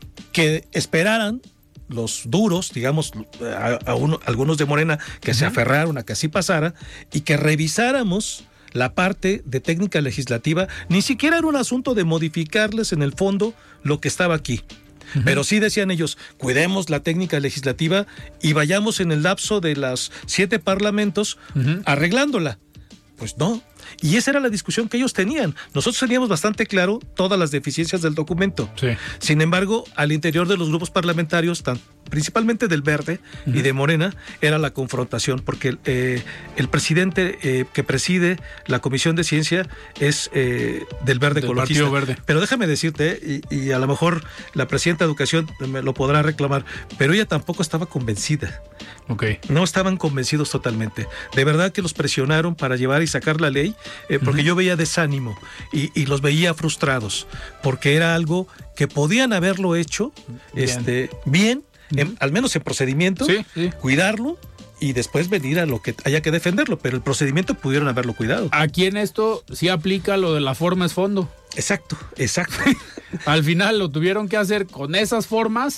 que esperaran los duros, digamos, a, a uno, algunos de Morena que uh-huh. se aferraron a que así pasara y que revisáramos la parte de técnica legislativa. Ni siquiera era un asunto de modificarles en el fondo lo que estaba aquí. Uh-huh. Pero sí decían ellos, cuidemos la técnica legislativa y vayamos en el lapso de los siete parlamentos uh-huh. arreglándola. Pues no. Y esa era la discusión que ellos tenían. Nosotros teníamos bastante claro todas las deficiencias del documento. Sí. Sin embargo, al interior de los grupos parlamentarios, tan, principalmente del Verde uh-huh. y de Morena, era la confrontación, porque eh, el presidente eh, que preside la Comisión de Ciencia es eh, del Verde del Ecologista. Partido Verde. Pero déjame decirte, eh, y, y a lo mejor la presidenta de Educación me lo podrá reclamar, pero ella tampoco estaba convencida. Okay. No estaban convencidos totalmente. De verdad que los presionaron para llevar y sacar la ley, eh, porque uh-huh. yo veía desánimo y, y los veía frustrados, porque era algo que podían haberlo hecho bien, este, bien uh-huh. en, al menos en procedimiento, sí, sí. cuidarlo y después venir a lo que haya que defenderlo, pero el procedimiento pudieron haberlo cuidado. Aquí en esto sí aplica lo de la forma es fondo. Exacto, exacto. Al final lo tuvieron que hacer con esas formas,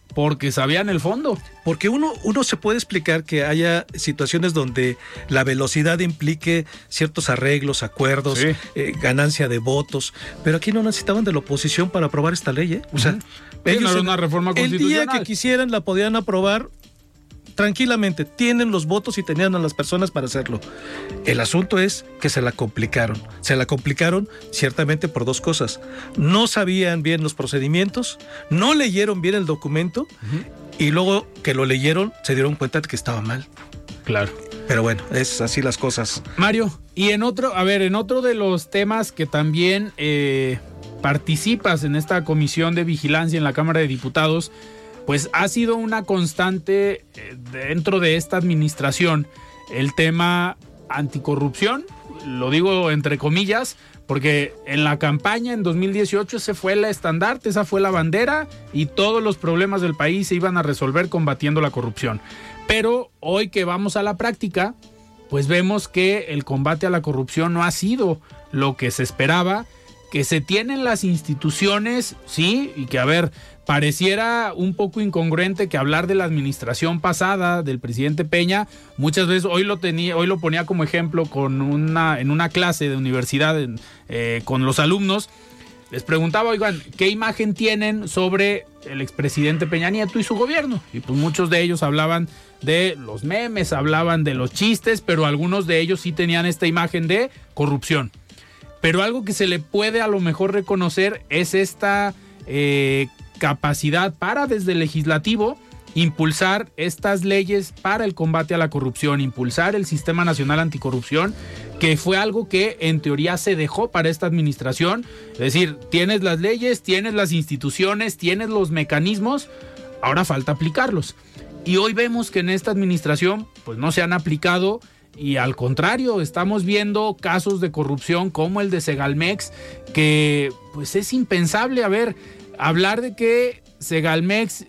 porque sabían el fondo. Porque uno, uno se puede explicar que haya situaciones donde la velocidad implique ciertos arreglos, acuerdos, sí. eh, ganancia de votos, pero aquí no necesitaban de la oposición para aprobar esta ley, ¿eh? O sea, uh-huh. ellos no era una reforma constitucional. El día que quisieran la podían aprobar tranquilamente, tienen los votos y tenían a las personas para hacerlo. El asunto es que se la complicaron. Se la complicaron ciertamente por dos cosas. No sabían bien los procedimientos, no leyeron bien el documento, uh-huh. y luego que lo leyeron se dieron cuenta de que estaba mal. Claro. Pero bueno, es así las cosas. Mario, y en otro, a ver, en otro de los temas que también eh, participas en esta comisión de vigilancia en la Cámara de Diputados, pues ha sido una constante eh, dentro de esta administración el tema anticorrupción, lo digo entre comillas, porque en la campaña en dos mil dieciocho ese fue el estandarte, esa fue la bandera y todos los problemas del país se iban a resolver combatiendo la corrupción. Pero hoy que vamos a la práctica, pues vemos que el combate a la corrupción no ha sido lo que se esperaba, que se tienen las instituciones, sí, y que a ver, pareciera un poco incongruente que hablar de la administración pasada del presidente Peña, muchas veces hoy lo tenía, hoy lo ponía como ejemplo con una, en una clase de universidad eh, con los alumnos, les preguntaba, oigan, ¿qué imagen tienen sobre el expresidente Peña Nieto y su gobierno? Y pues muchos de ellos hablaban de los memes, hablaban de los chistes, pero algunos de ellos sí tenían esta imagen de corrupción. Pero algo que se le puede a lo mejor reconocer es esta eh, capacidad para desde el legislativo impulsar estas leyes para el combate a la corrupción, impulsar el Sistema Nacional Anticorrupción, que fue algo que en teoría se dejó para esta administración. Es decir, tienes las leyes, tienes las instituciones, tienes los mecanismos, ahora falta aplicarlos. Y hoy vemos que en esta administración pues no se han aplicado. Y al contrario, estamos viendo casos de corrupción como el de Segalmex, que pues es impensable. A ver, hablar de que Segalmex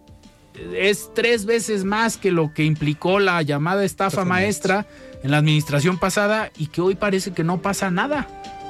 es tres veces más que lo que implicó la llamada estafa maestra en la administración pasada y que hoy parece que no pasa nada.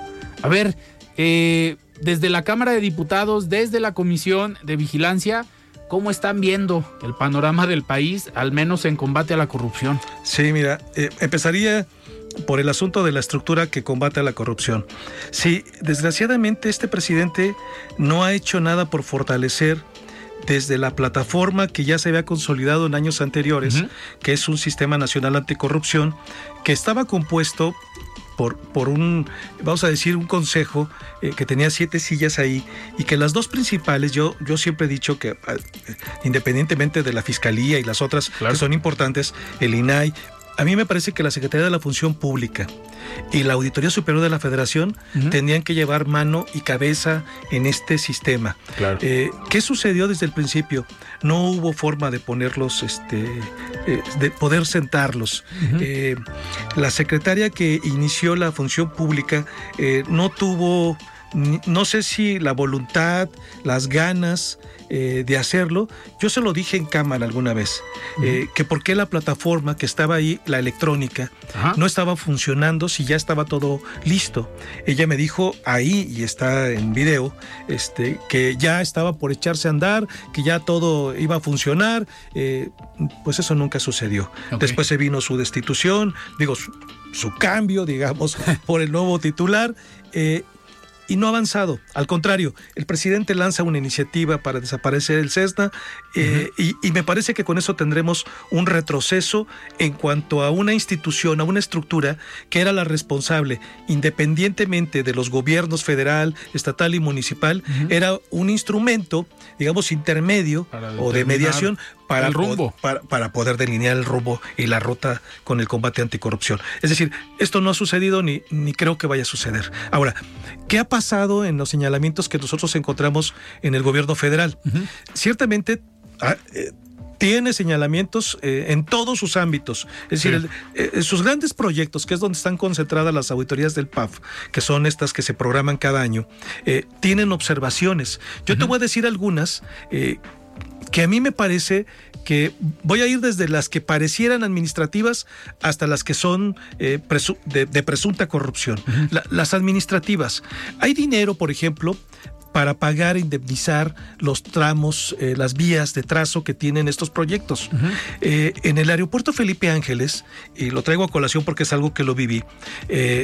A ver, eh, desde la Cámara de Diputados, desde la Comisión de Vigilancia, ¿cómo están viendo el panorama del país, al menos en combate a la corrupción? Sí, mira, eh, empezaría por el asunto de la estructura que combate a la corrupción. Sí, desgraciadamente este presidente no ha hecho nada por fortalecer desde la plataforma que ya se había consolidado en años anteriores, uh-huh. que es un Sistema Nacional Anticorrupción, que estaba compuesto Por, por un, vamos a decir, un consejo eh, que tenía siete sillas ahí y que las dos principales, yo, yo siempre he dicho que eh, independientemente de la Fiscalía y las otras claro. que son importantes, el I N A I, a mí me parece que la Secretaría de la Función Pública y la Auditoría Superior de la Federación uh-huh. tenían que llevar mano y cabeza en este sistema. Claro. Eh, ¿Qué sucedió desde el principio? No hubo forma de ponerlos, este, eh, de poder sentarlos. Uh-huh. Eh, la secretaria que inició la función pública eh, no tuvo, no sé si la voluntad, las ganas eh, de hacerlo. Yo se lo dije en cámara alguna vez, uh-huh. eh, que por qué la plataforma que estaba ahí, la electrónica, uh-huh. no estaba funcionando si ya estaba todo listo. Ella me dijo ahí, y está en video, este, que ya estaba por echarse a andar, que ya todo iba a funcionar. Eh, pues eso nunca sucedió. Okay. Después se vino su destitución, digo, su, su cambio, digamos, por el nuevo titular, eh, y no ha avanzado. Al contrario, el presidente lanza una iniciativa para desaparecer el CESNA eh, uh-huh. y, y me parece que con eso tendremos un retroceso en cuanto a una institución, a una estructura que era la responsable, independientemente de los gobiernos federal, estatal y municipal, uh-huh. era un instrumento, digamos, intermedio o de mediación para, el rumbo. Para, para poder delinear el rumbo y la ruta con el combate anticorrupción. Es decir, esto no ha sucedido ni, ni creo que vaya a suceder. Ahora, ¿qué ha pasado en los señalamientos que nosotros encontramos en el gobierno federal? Uh-huh. Ciertamente ah, eh, tiene señalamientos eh, en todos sus ámbitos. Es decir, sí. el, eh, sus grandes proyectos, que es donde están concentradas las auditorías del P A F, que son estas que se programan cada año, eh, tienen observaciones. Yo uh-huh. te voy a decir algunas eh, que a mí me parece que voy a ir desde las que parecieran administrativas hasta las que son eh, presu- de, de presunta corrupción. Uh-huh. La, las administrativas. Hay dinero, por ejemplo, para pagar, indemnizar los tramos, eh, las vías de trazo que tienen estos proyectos. Uh-huh. Eh, en el aeropuerto Felipe Ángeles, y lo traigo a colación porque es algo que lo viví, eh,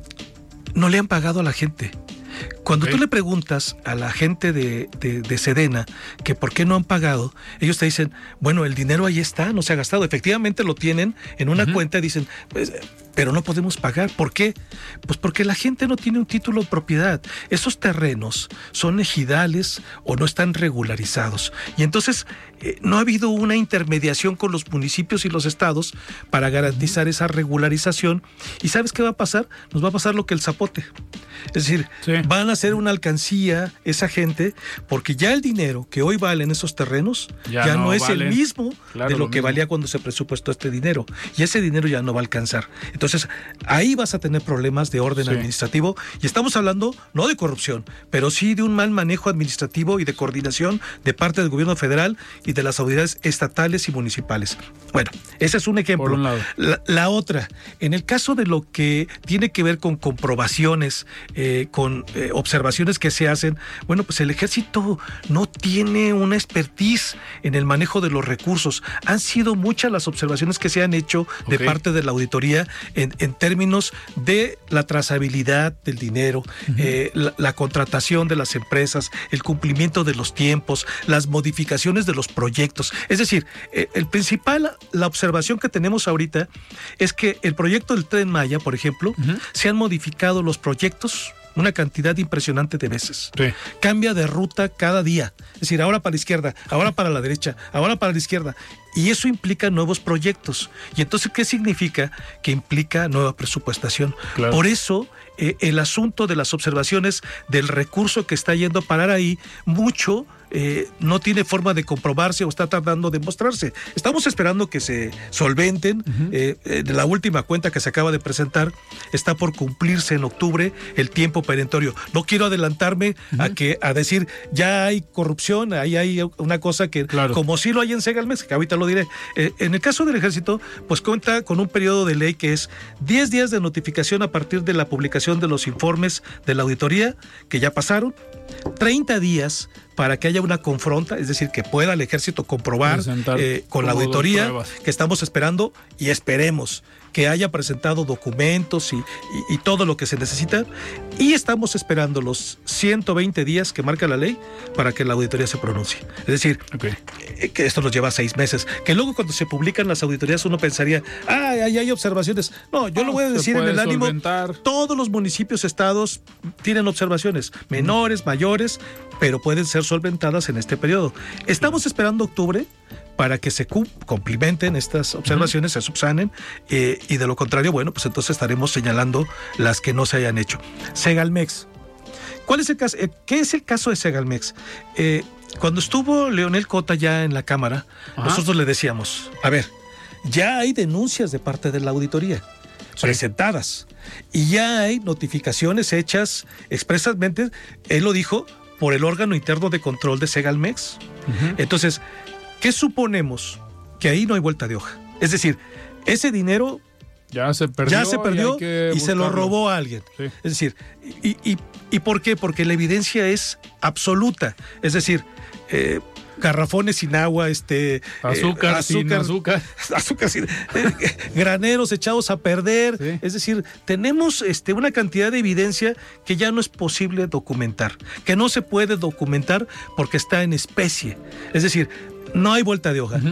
no le han pagado a la gente. Cuando okay. tú le preguntas a la gente de, de, de Sedena que por qué no han pagado, ellos te dicen, bueno, el dinero ahí está, no se ha gastado. Efectivamente lo tienen en una uh-huh. cuenta y dicen, pues, pero no podemos pagar. ¿Por qué? Pues porque la gente no tiene un título de propiedad. Esos terrenos son ejidales o no están regularizados. Y entonces eh, no ha habido una intermediación con los municipios y los estados para garantizar esa regularización. ¿Y sabes qué va a pasar? Nos va a pasar lo que el zapote. Es decir, sí. van a hacer una alcancía esa gente porque ya el dinero que hoy vale en esos terrenos ya, ya no, no es valen. el mismo claro, de lo, lo que mismo. valía cuando se presupuestó este dinero. Y ese dinero ya no va a alcanzar. Entonces, Entonces, ahí vas a tener problemas de orden sí. administrativo y estamos hablando no de corrupción, pero sí de un mal manejo administrativo y de coordinación de parte del gobierno federal y de las autoridades estatales y municipales. Bueno, ese es un ejemplo. Por un lado. La, la otra, en el caso de lo que tiene que ver con comprobaciones, eh, con eh, observaciones que se hacen, bueno, pues el ejército no tiene una expertise en el manejo de los recursos. Han sido muchas las observaciones que se han hecho de okay. parte de la auditoría En, en términos de la trazabilidad del dinero, uh-huh. eh, la, la contratación de las empresas, el cumplimiento de los tiempos, las modificaciones de los proyectos. Es decir, eh, el principal, la observación que tenemos ahorita es que el proyecto del Tren Maya, por ejemplo, uh-huh. se han modificado los proyectos una cantidad impresionante de veces. Sí. Cambia de ruta cada día. Es decir, ahora para la izquierda, ahora para la derecha, ahora para la izquierda. Y eso implica nuevos proyectos. Y entonces, ¿qué significa? Que implica nueva presupuestación. Claro. Por eso, eh, el asunto de las observaciones del recurso que está yendo a parar ahí, mucho eh, no tiene forma de comprobarse o está tardando de mostrarse. Estamos esperando que se solventen. Uh-huh. Eh, eh, la última cuenta que se acaba de presentar está por cumplirse en octubre el tiempo perentorio. No quiero adelantarme uh-huh. a que a decir ya hay corrupción, ahí hay una cosa que claro. como si lo hay en Segalmex, que ahorita lo diré. Eh, en el caso del ejército, pues cuenta con un periodo de ley que es diez días de notificación a partir de la publicación de los informes de la auditoría, que ya pasaron, treinta días para que haya una confronta, es decir, que pueda el ejército comprobar eh, con la auditoría que estamos esperando y esperemos que haya presentado documentos y, y, y todo lo que se necesita, y estamos esperando los ciento veinte días que marca la ley para que la auditoría se pronuncie. Es decir, okay. eh, que esto nos lleva seis meses, que luego cuando se publican las auditorías uno pensaría, ah, ahí hay observaciones. No, yo no, lo voy a decir en el ánimo, solventar. Todos los municipios, estados tienen observaciones, menores, mayores, pero pueden ser solventadas en este periodo. Estamos esperando octubre para que se complementen estas observaciones, uh-huh. se subsanen, eh, y de lo contrario, bueno, pues entonces estaremos señalando las que no se hayan hecho. Segalmex. ¿Cuál es el caso? Eh, ¿Qué es el caso de Segalmex? Eh, cuando estuvo Leonel Cota ya en la Cámara, uh-huh. nosotros le decíamos, a ver, ya hay denuncias de parte de la auditoría sí. presentadas y ya hay notificaciones hechas expresamente, él lo dijo, por el órgano interno de control de Segalmex. Uh-huh. Entonces, ¿qué suponemos? Que ahí no hay vuelta de hoja. Es decir, ese dinero ya se perdió, ya se perdió y, y se lo robó a alguien. Sí. Es decir, y, y, ¿y por qué? Porque la evidencia es absoluta. Es decir, eh, garrafones sin agua, este azúcar, eh, azúcar sin azúcar, azúcar sin, eh, graneros echados a perder. Sí. Es decir, tenemos este, una cantidad de evidencia que ya no es posible documentar, que no se puede documentar porque está en especie. Es decir, no hay vuelta de hoja. Uh-huh.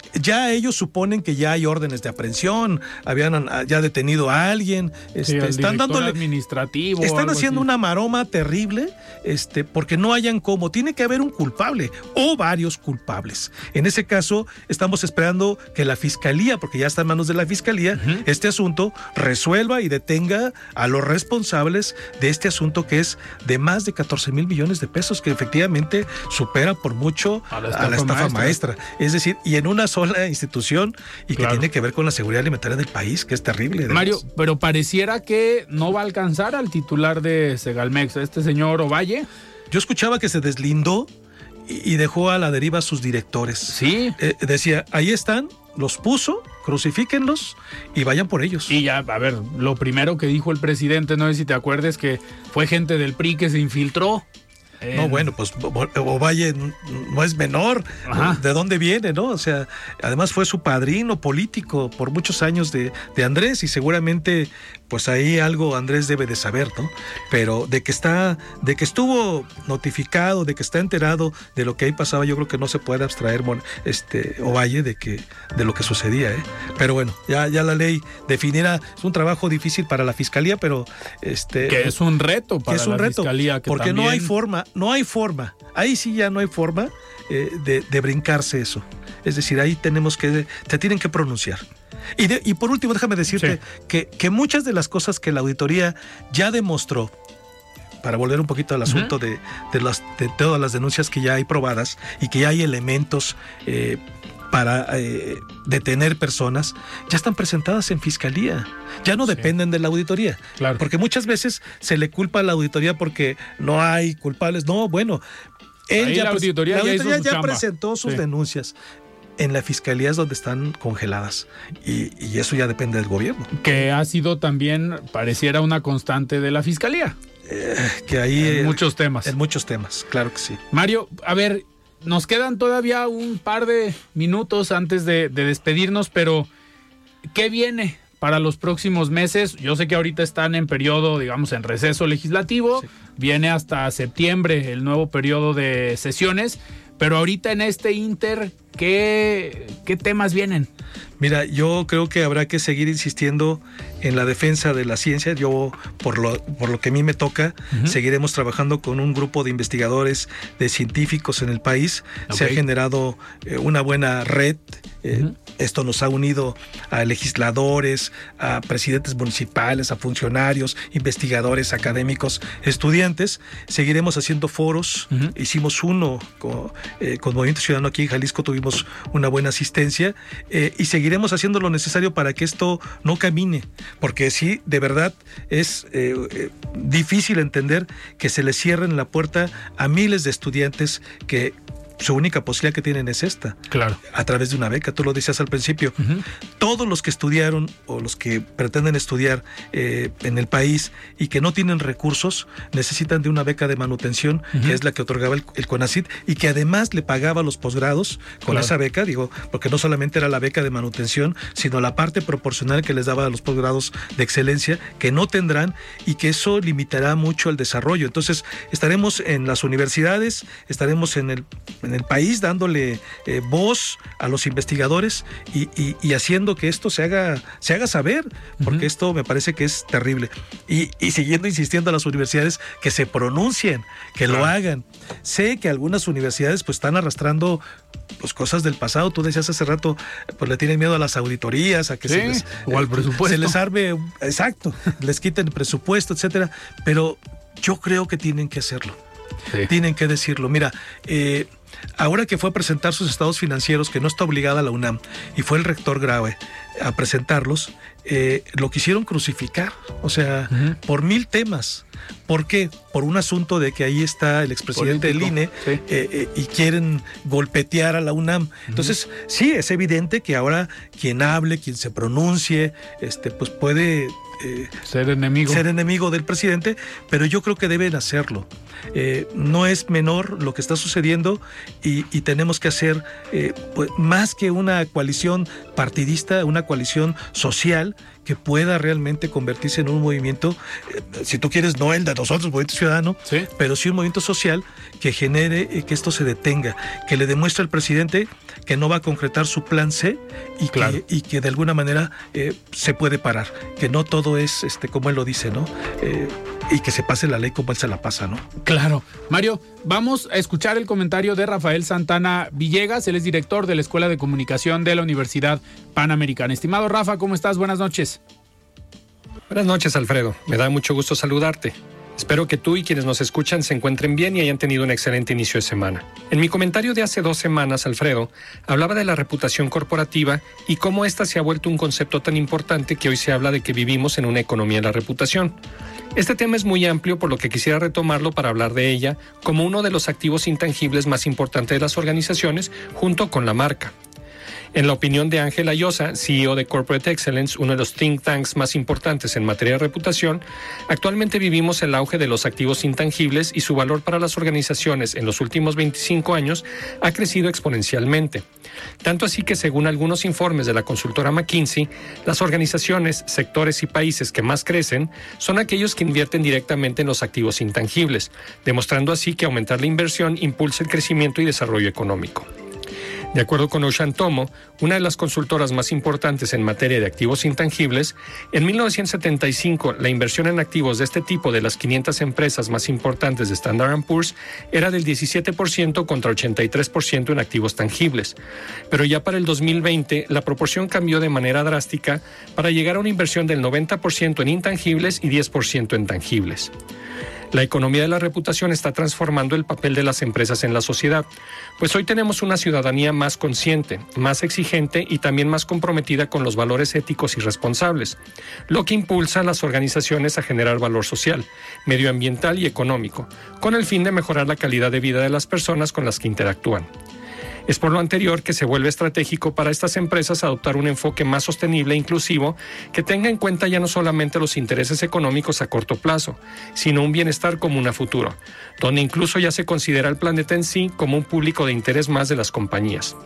Ya ellos suponen que ya hay órdenes de aprehensión, habían ya detenido a alguien, este, sí, están dándole administrativo, están haciendo así. una maroma terrible, este, porque no hayan cómo, tiene que haber un culpable o varios culpables. En ese caso, estamos esperando que la fiscalía, porque ya está en manos de la fiscalía, uh-huh. este asunto resuelva y detenga a los responsables de este asunto que es de más de catorce mil millones de pesos, que efectivamente supera por mucho a la estafa, a la estafa maestra. maestra. Es decir, y en una sola institución y claro. que tiene que ver con la seguridad alimentaria del país, que es terrible. Mario, pero pareciera que no va a alcanzar al titular de Segalmex, este señor Ovalle. Yo escuchaba que se deslindó y, y dejó a la deriva a sus directores. Sí. Eh, decía, ahí están, los puso, crucifíquenlos y vayan por ellos. Y ya, a ver, lo primero que dijo el presidente, no sé si te acuerdas, que fue gente del P R I que se infiltró. Eh, no, bueno, pues Ovalle no es menor. Ajá. ¿De dónde viene, no? O sea, además fue su padrino político por muchos años de, de Andrés y seguramente pues ahí algo Andrés debe de saber, ¿no? Pero de que está, de que estuvo notificado, de que está enterado de lo que ahí pasaba, yo creo que no se puede abstraer este Ovalle de que de lo que sucedía, ¿eh? Pero bueno, ya, ya la ley definirá, es un trabajo difícil para la fiscalía, pero este que es un reto para es un la reto, fiscalía, que porque también... no hay forma, no hay forma, ahí sí ya no hay forma eh, de, de brincarse eso. Es decir, ahí tenemos que, se tienen que pronunciar. Y, de, y por último, déjame decirte sí. que, que muchas de las cosas que la auditoría ya demostró, para volver un poquito al asunto uh-huh. de, de, las, de todas las denuncias que ya hay probadas y que ya hay elementos eh, para eh, detener personas, ya están presentadas en fiscalía, ya no sí. dependen de la auditoría, claro. porque muchas veces se le culpa a la auditoría porque no hay culpables, no, bueno, él ya, la auditoría, la auditoría ya, ya presentó sus sí. denuncias. En la fiscalía es donde están congeladas y, y eso ya depende del gobierno. Que ha sido también, pareciera una constante de la fiscalía. Eh, que ahí... En eh, muchos temas. En muchos temas, claro que sí. Mario, a ver, nos quedan todavía un par de minutos antes de, de despedirnos, pero ¿qué viene para los próximos meses? Yo sé que ahorita están en periodo, digamos, en receso legislativo, sí. viene hasta septiembre el nuevo periodo de sesiones, pero ahorita en este inter, ¿qué, qué temas vienen? Mira, yo creo que habrá que seguir insistiendo en la defensa de la ciencia. Yo, por lo, por lo que a mí me toca, uh-huh. seguiremos trabajando con un grupo de investigadores, de científicos en el país. Okay. Se ha generado eh, una buena red. Eh, uh-huh. Esto nos ha unido a legisladores, a presidentes municipales, a funcionarios, investigadores, académicos, estudiantes. Seguiremos haciendo foros. Uh-huh. Hicimos uno con, eh, con Movimiento Ciudadano aquí en Jalisco, tuvimos una buena asistencia eh, y seguiremos haciendo lo necesario para que esto no camine, porque sí, de verdad es eh, eh, difícil entender que se le cierren la puerta a miles de estudiantes que su única posibilidad que tienen es esta. Claro. A través de una beca, tú lo decías al principio. Uh-huh. Todos los que estudiaron o los que pretenden estudiar eh, en el país y que no tienen recursos necesitan de una beca de manutención, uh-huh. que es la que otorgaba el, el CONACYT y que además le pagaba los posgrados con claro. esa beca, digo, porque no solamente era la beca de manutención, sino la parte proporcional que les daba a los posgrados de excelencia, que no tendrán y que eso limitará mucho el desarrollo. Entonces, estaremos en las universidades, estaremos en el en el país dándole eh, voz a los investigadores y, y, y haciendo que esto se haga, se haga saber, porque uh-huh. esto me parece que es terrible. Y, y siguiendo insistiendo a las universidades que se pronuncien, que claro. lo hagan. Sé que algunas universidades pues están arrastrando pues cosas del pasado. Tú decías hace rato, pues le tienen miedo a las auditorías, a que sí, se les, o al presupuesto. Se les arme, exacto, les quiten el presupuesto, etcétera. Pero yo creo que tienen que hacerlo. Sí. Tienen que decirlo. Mira, eh, ahora que fue a presentar sus estados financieros, que no está obligada la UNAM, y fue el rector Graue a presentarlos, eh, lo quisieron crucificar, o sea, uh-huh. por mil temas. ¿Por qué? Por un asunto de que ahí está el expresidente Político. del I N E sí. eh, eh, y quieren golpetear a la UNAM. Uh-huh. Entonces, sí, es evidente que ahora quien hable, quien se pronuncie, este, pues puede... Eh, ser enemigo ser enemigo del presidente, pero yo creo que deben hacerlo. Eh, no es menor lo que está sucediendo y, y tenemos que hacer eh, pues, más que una coalición partidista, una coalición social que pueda realmente convertirse en un movimiento, eh, si tú quieres, no el de nosotros, Movimiento Ciudadano, ¿sí? pero sí un movimiento social que genere eh, que esto se detenga, que le demuestre al presidente que no va a concretar su plan C y, claro. que, y que de alguna manera eh, se puede parar, que no todo es este como él lo dice, ¿no? Eh, y que se pase la ley como él se la pasa, ¿no? Claro. Mario, vamos a escuchar el comentario de Rafael Santana Villegas, él es director de la Escuela de Comunicación de la Universidad Panamericana. Estimado Rafa, ¿cómo estás? Buenas noches. Buenas noches, Alfredo. Me da mucho gusto saludarte. Espero que tú y quienes nos escuchan se encuentren bien y hayan tenido un excelente inicio de semana. En mi comentario de hace dos semanas, Alfredo, hablaba de la reputación corporativa y cómo ésta se ha vuelto un concepto tan importante que hoy se habla de que vivimos en una economía de la reputación. Este tema es muy amplio, por lo que quisiera retomarlo para hablar de ella como uno de los activos intangibles más importantes de las organizaciones, junto con la marca. En la opinión de Ángel Ayosa, C E O de Corporate Excellence, uno de los think tanks más importantes en materia de reputación, actualmente vivimos el auge de los activos intangibles y su valor para las organizaciones en los últimos veinticinco años ha crecido exponencialmente. Tanto así que, según algunos informes de la consultora McKinsey, las organizaciones, sectores y países que más crecen son aquellos que invierten directamente en los activos intangibles, demostrando así que aumentar la inversión impulsa el crecimiento y desarrollo económico. De acuerdo con Ocean Tomo, una de las consultoras más importantes en materia de activos intangibles, en mil novecientos setenta y cinco la inversión en activos de este tipo de las quinientas empresas más importantes de Standard and Poor's era del diecisiete por ciento contra ochenta y tres por ciento en activos tangibles. Pero ya para el dos mil veinte la proporción cambió de manera drástica para llegar a una inversión del noventa por ciento en intangibles y diez por ciento en tangibles. La economía de la reputación está transformando el papel de las empresas en la sociedad, pues hoy tenemos una ciudadanía más consciente, más exigente y también más comprometida con los valores éticos y responsables, lo que impulsa a las organizaciones a generar valor social, medioambiental y económico, con el fin de mejorar la calidad de vida de las personas con las que interactúan. Es por lo anterior que se vuelve estratégico para estas empresas adoptar un enfoque más sostenible e inclusivo que tenga en cuenta ya no solamente los intereses económicos a corto plazo, sino un bienestar común a futuro, donde incluso ya se considera el planeta en sí como un público de interés más de las compañías.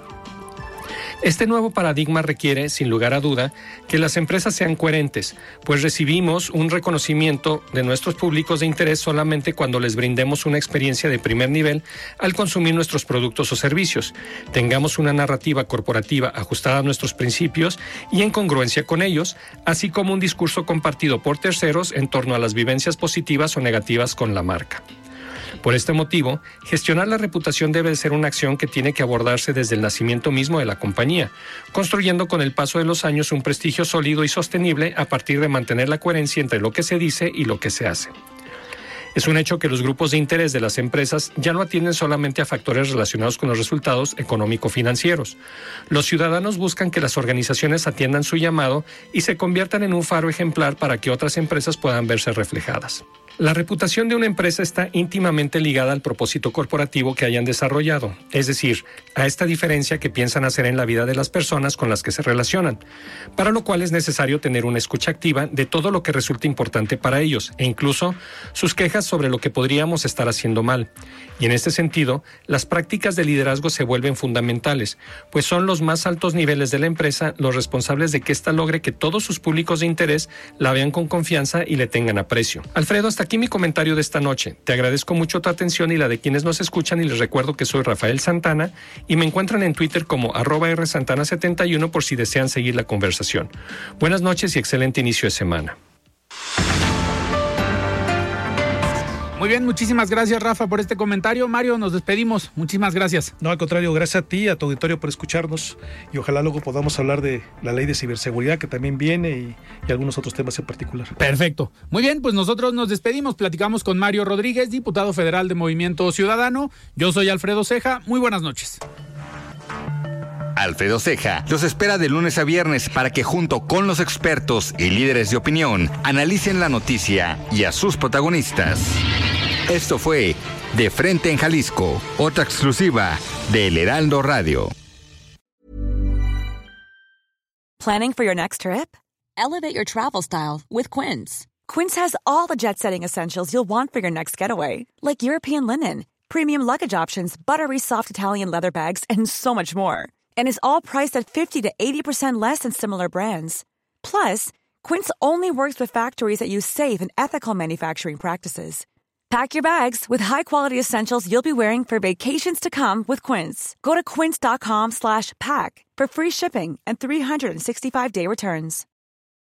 Este nuevo paradigma requiere, sin lugar a duda, que las empresas sean coherentes, pues recibimos un reconocimiento de nuestros públicos de interés solamente cuando les brindemos una experiencia de primer nivel al consumir nuestros productos o servicios, tengamos una narrativa corporativa ajustada a nuestros principios y en congruencia con ellos, así como un discurso compartido por terceros en torno a las vivencias positivas o negativas con la marca. Por este motivo, gestionar la reputación debe ser una acción que tiene que abordarse desde el nacimiento mismo de la compañía, construyendo con el paso de los años un prestigio sólido y sostenible a partir de mantener la coherencia entre lo que se dice y lo que se hace. Es un hecho que los grupos de interés de las empresas ya no atienden solamente a factores relacionados con los resultados económico-financieros. Los ciudadanos buscan que las organizaciones atiendan su llamado y se conviertan en un faro ejemplar para que otras empresas puedan verse reflejadas. La reputación de una empresa está íntimamente ligada al propósito corporativo que hayan desarrollado, es decir, a esta diferencia que piensan hacer en la vida de las personas con las que se relacionan, para lo cual es necesario tener una escucha activa de todo lo que resulta importante para ellos e incluso sus quejas sobre lo que podríamos estar haciendo mal. Y en este sentido, las prácticas de liderazgo se vuelven fundamentales, pues son los más altos niveles de la empresa los responsables de que ésta logre que todos sus públicos de interés la vean con confianza y le tengan aprecio. Alfredo, hasta aquí mi comentario de esta noche. Te agradezco mucho tu atención y la de quienes nos escuchan y les recuerdo que soy Rafael Santana y me encuentran en Twitter como arroba R Santana setenta y uno por si desean seguir la conversación. Buenas noches y excelente inicio de semana. Muy bien, muchísimas gracias, Rafa, por este comentario. Mario, nos despedimos. Muchísimas gracias. No, al contrario, gracias a ti, a tu auditorio por escucharnos y ojalá luego podamos hablar de la ley de ciberseguridad que también viene y, y algunos otros temas en particular. Perfecto. Muy bien, pues nosotros nos despedimos. Platicamos con Mario Rodríguez, diputado federal de Movimiento Ciudadano. Yo soy Alfredo Ceja. Muy buenas noches. Alfredo Ceja los espera de lunes a viernes para que junto con los expertos y líderes de opinión analicen la noticia y a sus protagonistas. Esto fue De Frente en Jalisco, otra exclusiva de El Heraldo Radio. Planning for your next trip? Elevate your travel style with Quince. Quince has all the jet-setting essentials you'll want for your next getaway, like European linen, premium luggage options, buttery soft Italian leather bags, and so much more. And is all priced at fifty to eighty percent less than similar brands. Plus, Quince only works with factories that use safe and ethical manufacturing practices. Pack your bags with high-quality essentials you'll be wearing for vacations to come with Quince. Go to quince.com slash pack for free shipping and three sixty-five day returns.